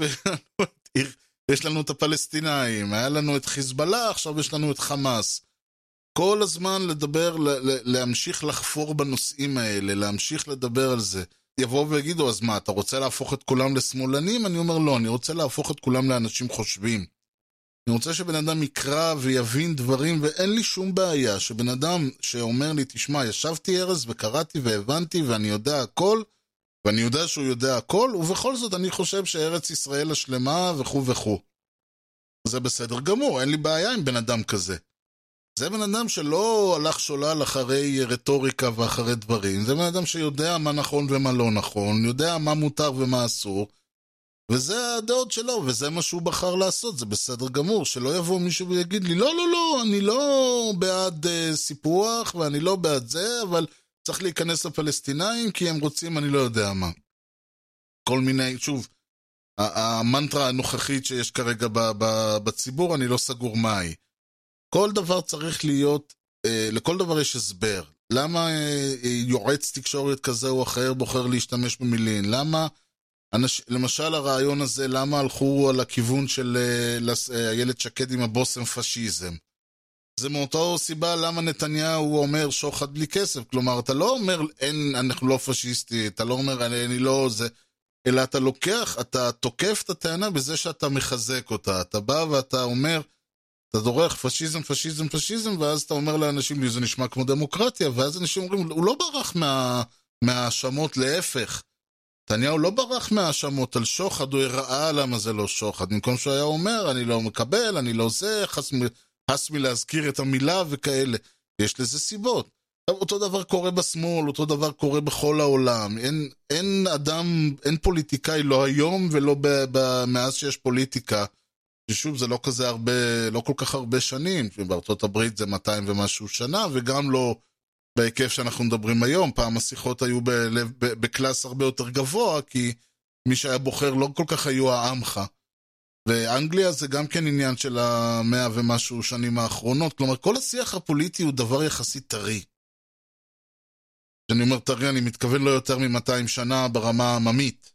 יש לנו את הפלסטינאים. היה לנו את חיזבאללה, עכשיו יש לנו את חמאס. כל הזמן לדבר, להמשיך לחפור בנושאים האלה, להמשיך לדבר על זה. יבואו ויגידו, אז מה, אתה רוצה להפוך את כולם לשמאלנים? אני אומר, לא, אני רוצה להפוך את כולם לאנשים חושבים. אני רוצה שבן אדם יקרא ויבין דברים, ואין לי שום בעיה שבן אדם שאומר לי, תשמע, ישבתי ארז וקראתי והבנתי ואני יודע הכל, ואני יודע שהוא יודע הכל, ובכל זאת אני חושב שארץ ישראל השלמה וכו' וכו'. זה בסדר גמור, אין לי בעיה עם בן אדם כזה. זה בן אדם שלא הלך שולל אחרי רטוריקה ואחרי דברים, זה בן אדם שיודע מה נכון ומה לא נכון, יודע מה מותר ומה אסור, וזה הדעות שלו, וזה מה שהוא בחר לעשות, זה בסדר גמור, שלא יבוא מישהו ויגיד לי, לא, לא, לא, אני לא בעד סיפוח, ואני לא בעד זה, אבל צריך להיכנס לפלסטינאים, כי הם רוצים, אני לא יודע מה. כל מיני, שוב, המנטרה הנוכחית שיש כרגע בציבור, אני לא סגור מה היא. כל דבר צריך להיות, לכל דבר יש הסבר. למה יועץ תקשורת כזה או אחר בוחר להשתמש במילים? למה, למשל הרעיון הזה, למה הלכו על הכיוון של הילד שקד עם הבוסם פשיזם? זה מאותו סיבה למה נתניהו אומר שוחד בלי כסף. כלומר, אתה לא אומר, אנחנו לא פשיסטי, אתה לא אומר, אני לא זה, אלא אתה לוקח, אתה תוקף את הטענה בזה שאתה מחזק אותה. אתה בא ואתה אומר, אתה דורך פשיזם, פשיזם, פשיזם, ואז אתה אומר לאנשים, זה נשמע כמו דמוקרטיה, ואז אנשים אומרים, הוא לא ברח מהאשמות, להפך. נתניהו לא ברח מהאשמות על שוחד, הוא הראה למה זה לא שוחד. במקום שהוא היה אומר, אני לא מקבל, אני לא זה, חס מלהזכיר את המילה וכאלה. יש לזה סיבות. אותו דבר קורה בשמאל, אותו דבר קורה בכל העולם. אין פוליטיקאי לא היום ולא מאז שיש פוליטיקה. ששוב, זה לא כזה הרבה, לא כל כך הרבה שנים. בארצות הברית זה 200 ומשהו שנה, וגם לא בהיקף שאנחנו מדברים היום. פעם השיחות היו בקלאס הרבה יותר גבוה, כי מי שהיה בוחר לא כל כך היו העמך. ואנגליה זה גם כן עניין של 100 ומשהו שנים האחרונות. כלומר, כל השיח הפוליטי הוא דבר יחסית טרי. כשאני אומר טרי, אני מתכוון לא יותר מ-200 שנה ברמה העממית.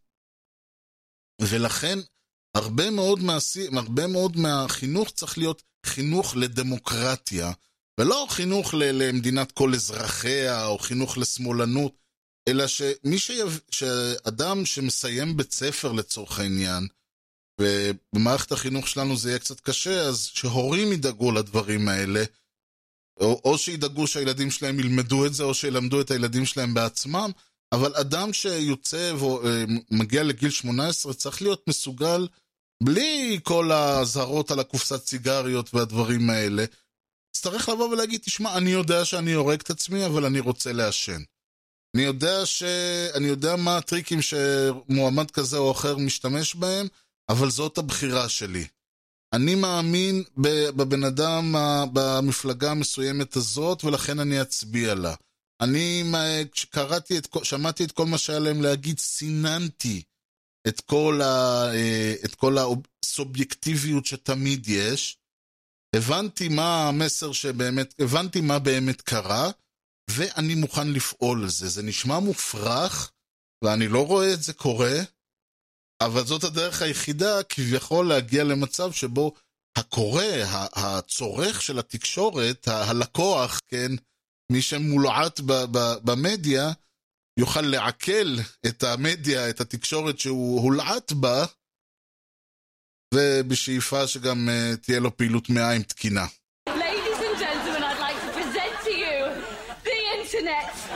ולכן, הרבה מאוד מהחינוך צריך להיות חינוך לדמוקרטיה, ולא חינוך למדינת כל אזרחיה, או חינוך לשמאלנות, אלא שאדם שמסיים בית ספר לצורך העניין, ובמערכת החינוך שלנו זה יהיה קצת קשה, אז שהורים ידאגו לדברים האלה, או שידאגו שהילדים שלהם ילמדו את זה, או שילמדו את הילדים שלהם בעצמם, אבל אדם שיוצא ומגיע לגיל 18 צריך להיות מסוגל, בלי כל ההזהרות על הקופסת סיגריות והדברים האלה, צריך לבוא ולהגיד, תשמע, אני יודע שאני הורג את עצמי, אבל אני רוצה לעשן. אני יודע מה הטריקים שמועמד כזה או אחר משתמש בהם, אבל זאת הבחירה שלי. אני מאמין בבן אדם, במפלגה המסוימת הזאת, ולכן אני אצביע לה. שמעתי את כל מה שהיה להם להגיד, סיננתי את כל הסובייקטיביות שתמיד יש, הבנתי מה המסר שבאמת, הבנתי מה באמת קרה, ואני מוכן לפעול על זה. זה נשמע מופרך, ואני לא רואה את זה קורה, אבל זאת הדרך היחידה כביכול להגיע למצב שבו הקורא, הצורך של התקשורת, הלקוח, כן, מי שמולעט במדיה, יוכל לעכל את המדיה, את התקשורת שהוא הולעט בה, ובשאיפה שגם תהיה לו פעילות מעיים תקינה. Ladies and gentlemen, I'd like to present to you the internet.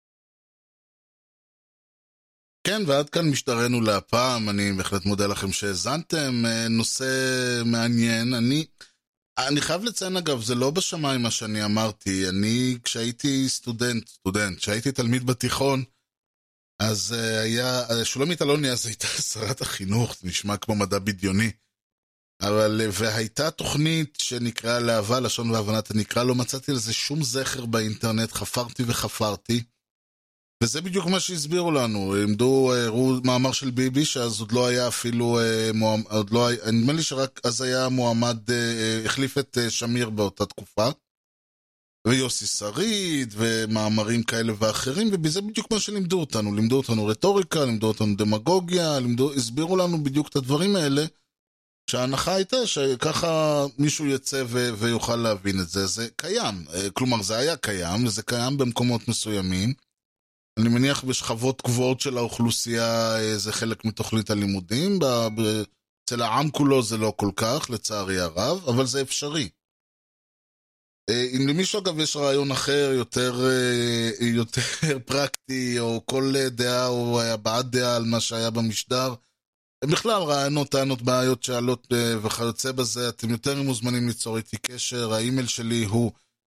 כן, ועד כאן משתרנו להפעם, אני בהחלט מודה לכם שהזנתם, נושא מעניין, אני חייב לציין אגב, זה לא בשמיים מה שאני אמרתי, כשהייתי כשהייתי תלמיד בתיכון, אז היה, שולמית אלוני אז הייתה שרת החינוך, זה נשמע כמו מדע בדיוני, והייתה תוכנית שנקראה להבה, לשון והבנת הנקרא, לא מצאתי לזה שום זכר באינטרנט, חפרתי וחפרתי, וזה בדיוק מה שהסבירו לנו, הראו מאמר של ביבי, שאז עוד לא היה אפילו, נדמה לי שרק אז היה מועמד, החליף את שמיר באותה תקופה, ויוסי שריד, ומאמרים כאלה ואחרים, ובזה בדיוק מה שלימדו אותנו, לימדו אותנו רטוריקה, לימדו אותנו דמגוגיה, הסבירו לנו בדיוק את הדברים האלה, שההנחה הייתה שככה מישהו יצא ויוכל להבין את זה, זה קיים, כלומר זה היה קיים, וזה קיים במקומות מסוימים, אני מניח בשכבות גבוהות של האוכלוסייה זה חלק מתוכנית הלימודים, אצל העם כולו זה לא כל כך, לצערי הרב, אבל זה אפשרי. אם למישהו אגב יש רעיון אחר, יותר פרקטי, או כל דעה או הבעת דעה על מה שהיה במשדר, בכלל רעיונות, טענות, בעיות, שאלות וכיוצא בזה, אתם יותר מוזמנים ליצור איתי קשר. האימייל שלי הוא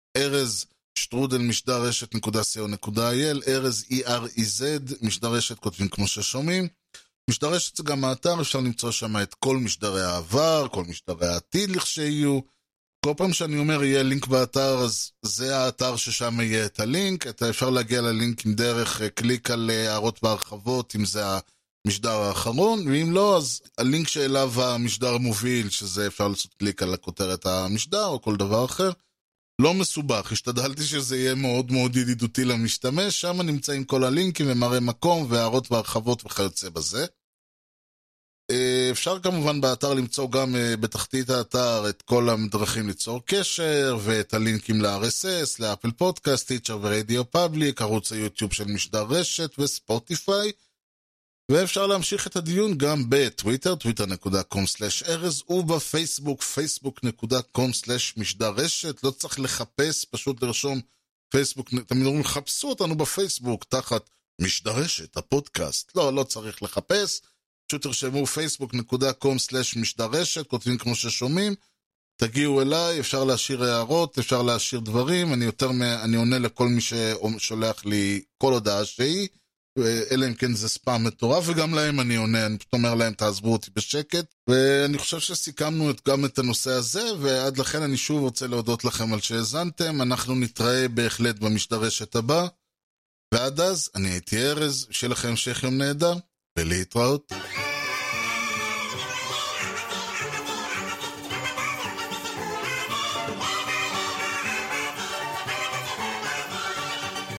erez@משדרשת.co.il, ארז EREZ, משדרשת כותבים כמו ששומעים. משדרשת זה גם האתר, אפשר למצוא שם את כל משדרי העבר, כל משדרי העתיד לכשיהיו. כל פעם שאני אומר יהיה לינק באתר, אז זה האתר ששם יהיה את הלינק. אפשר להגיע ללינק עם דרך קליק על הערות והרחבות, אם זה המשדר האחרון, ואם לא, אז הלינק שאליו המשדר מוביל, שזה אפשר לעשות קליק על הכותרת המשדר או כל דבר אחר. לא מסובך, השתדלתי שזה יהיה מאוד מאוד ידידותי למשתמש, שם נמצאים כל הלינקים ומראה מקום והערות והרחבות וכיוצא בזה. אפשר כמובן באתר למצוא גם בתחתית האתר את כל הדרכים ליצור קשר, ואת הלינקים ל-RSS, לאפל פודקאסט, טיצ'ר ורדיו פאבליק, ערוץ היוטיוב של משדר רשת וספוטיפיי, ואפשר להמשיך את הדיון גם בטוויטר, twitter.com/ארז, ובפייסבוק, facebook.com/משדר רשת. לא צריך לחפש, פשוט לרשום פייסבוק, תמיד אומרים, חפשו אותנו בפייסבוק, תחת משדר רשת, הפודקאסט. לא צריך לחפש, פשוט תרשמו facebook.com/משדר רשת, כותבים כמו ששומעים, תגיעו אליי, אפשר להשאיר הערות, אפשר להשאיר דברים, אני עונה לכל מי ששולח לי כל הודעה שהיא, אלא אם כן זה ספאם מטורף, וגם להם אני עונה, אני פשוט אומר להם תעזבו אותי בשקט, ואני חושב שסיכמנו גם את הנושא הזה, ועד לכן אני שוב רוצה להודות לכם על שהזנתם. אנחנו נתראה בהחלט במשדר רשת הבא, ועד אז אני הייתי ארז, שיהיה לכם המשך יום נהדר, ולהתראות.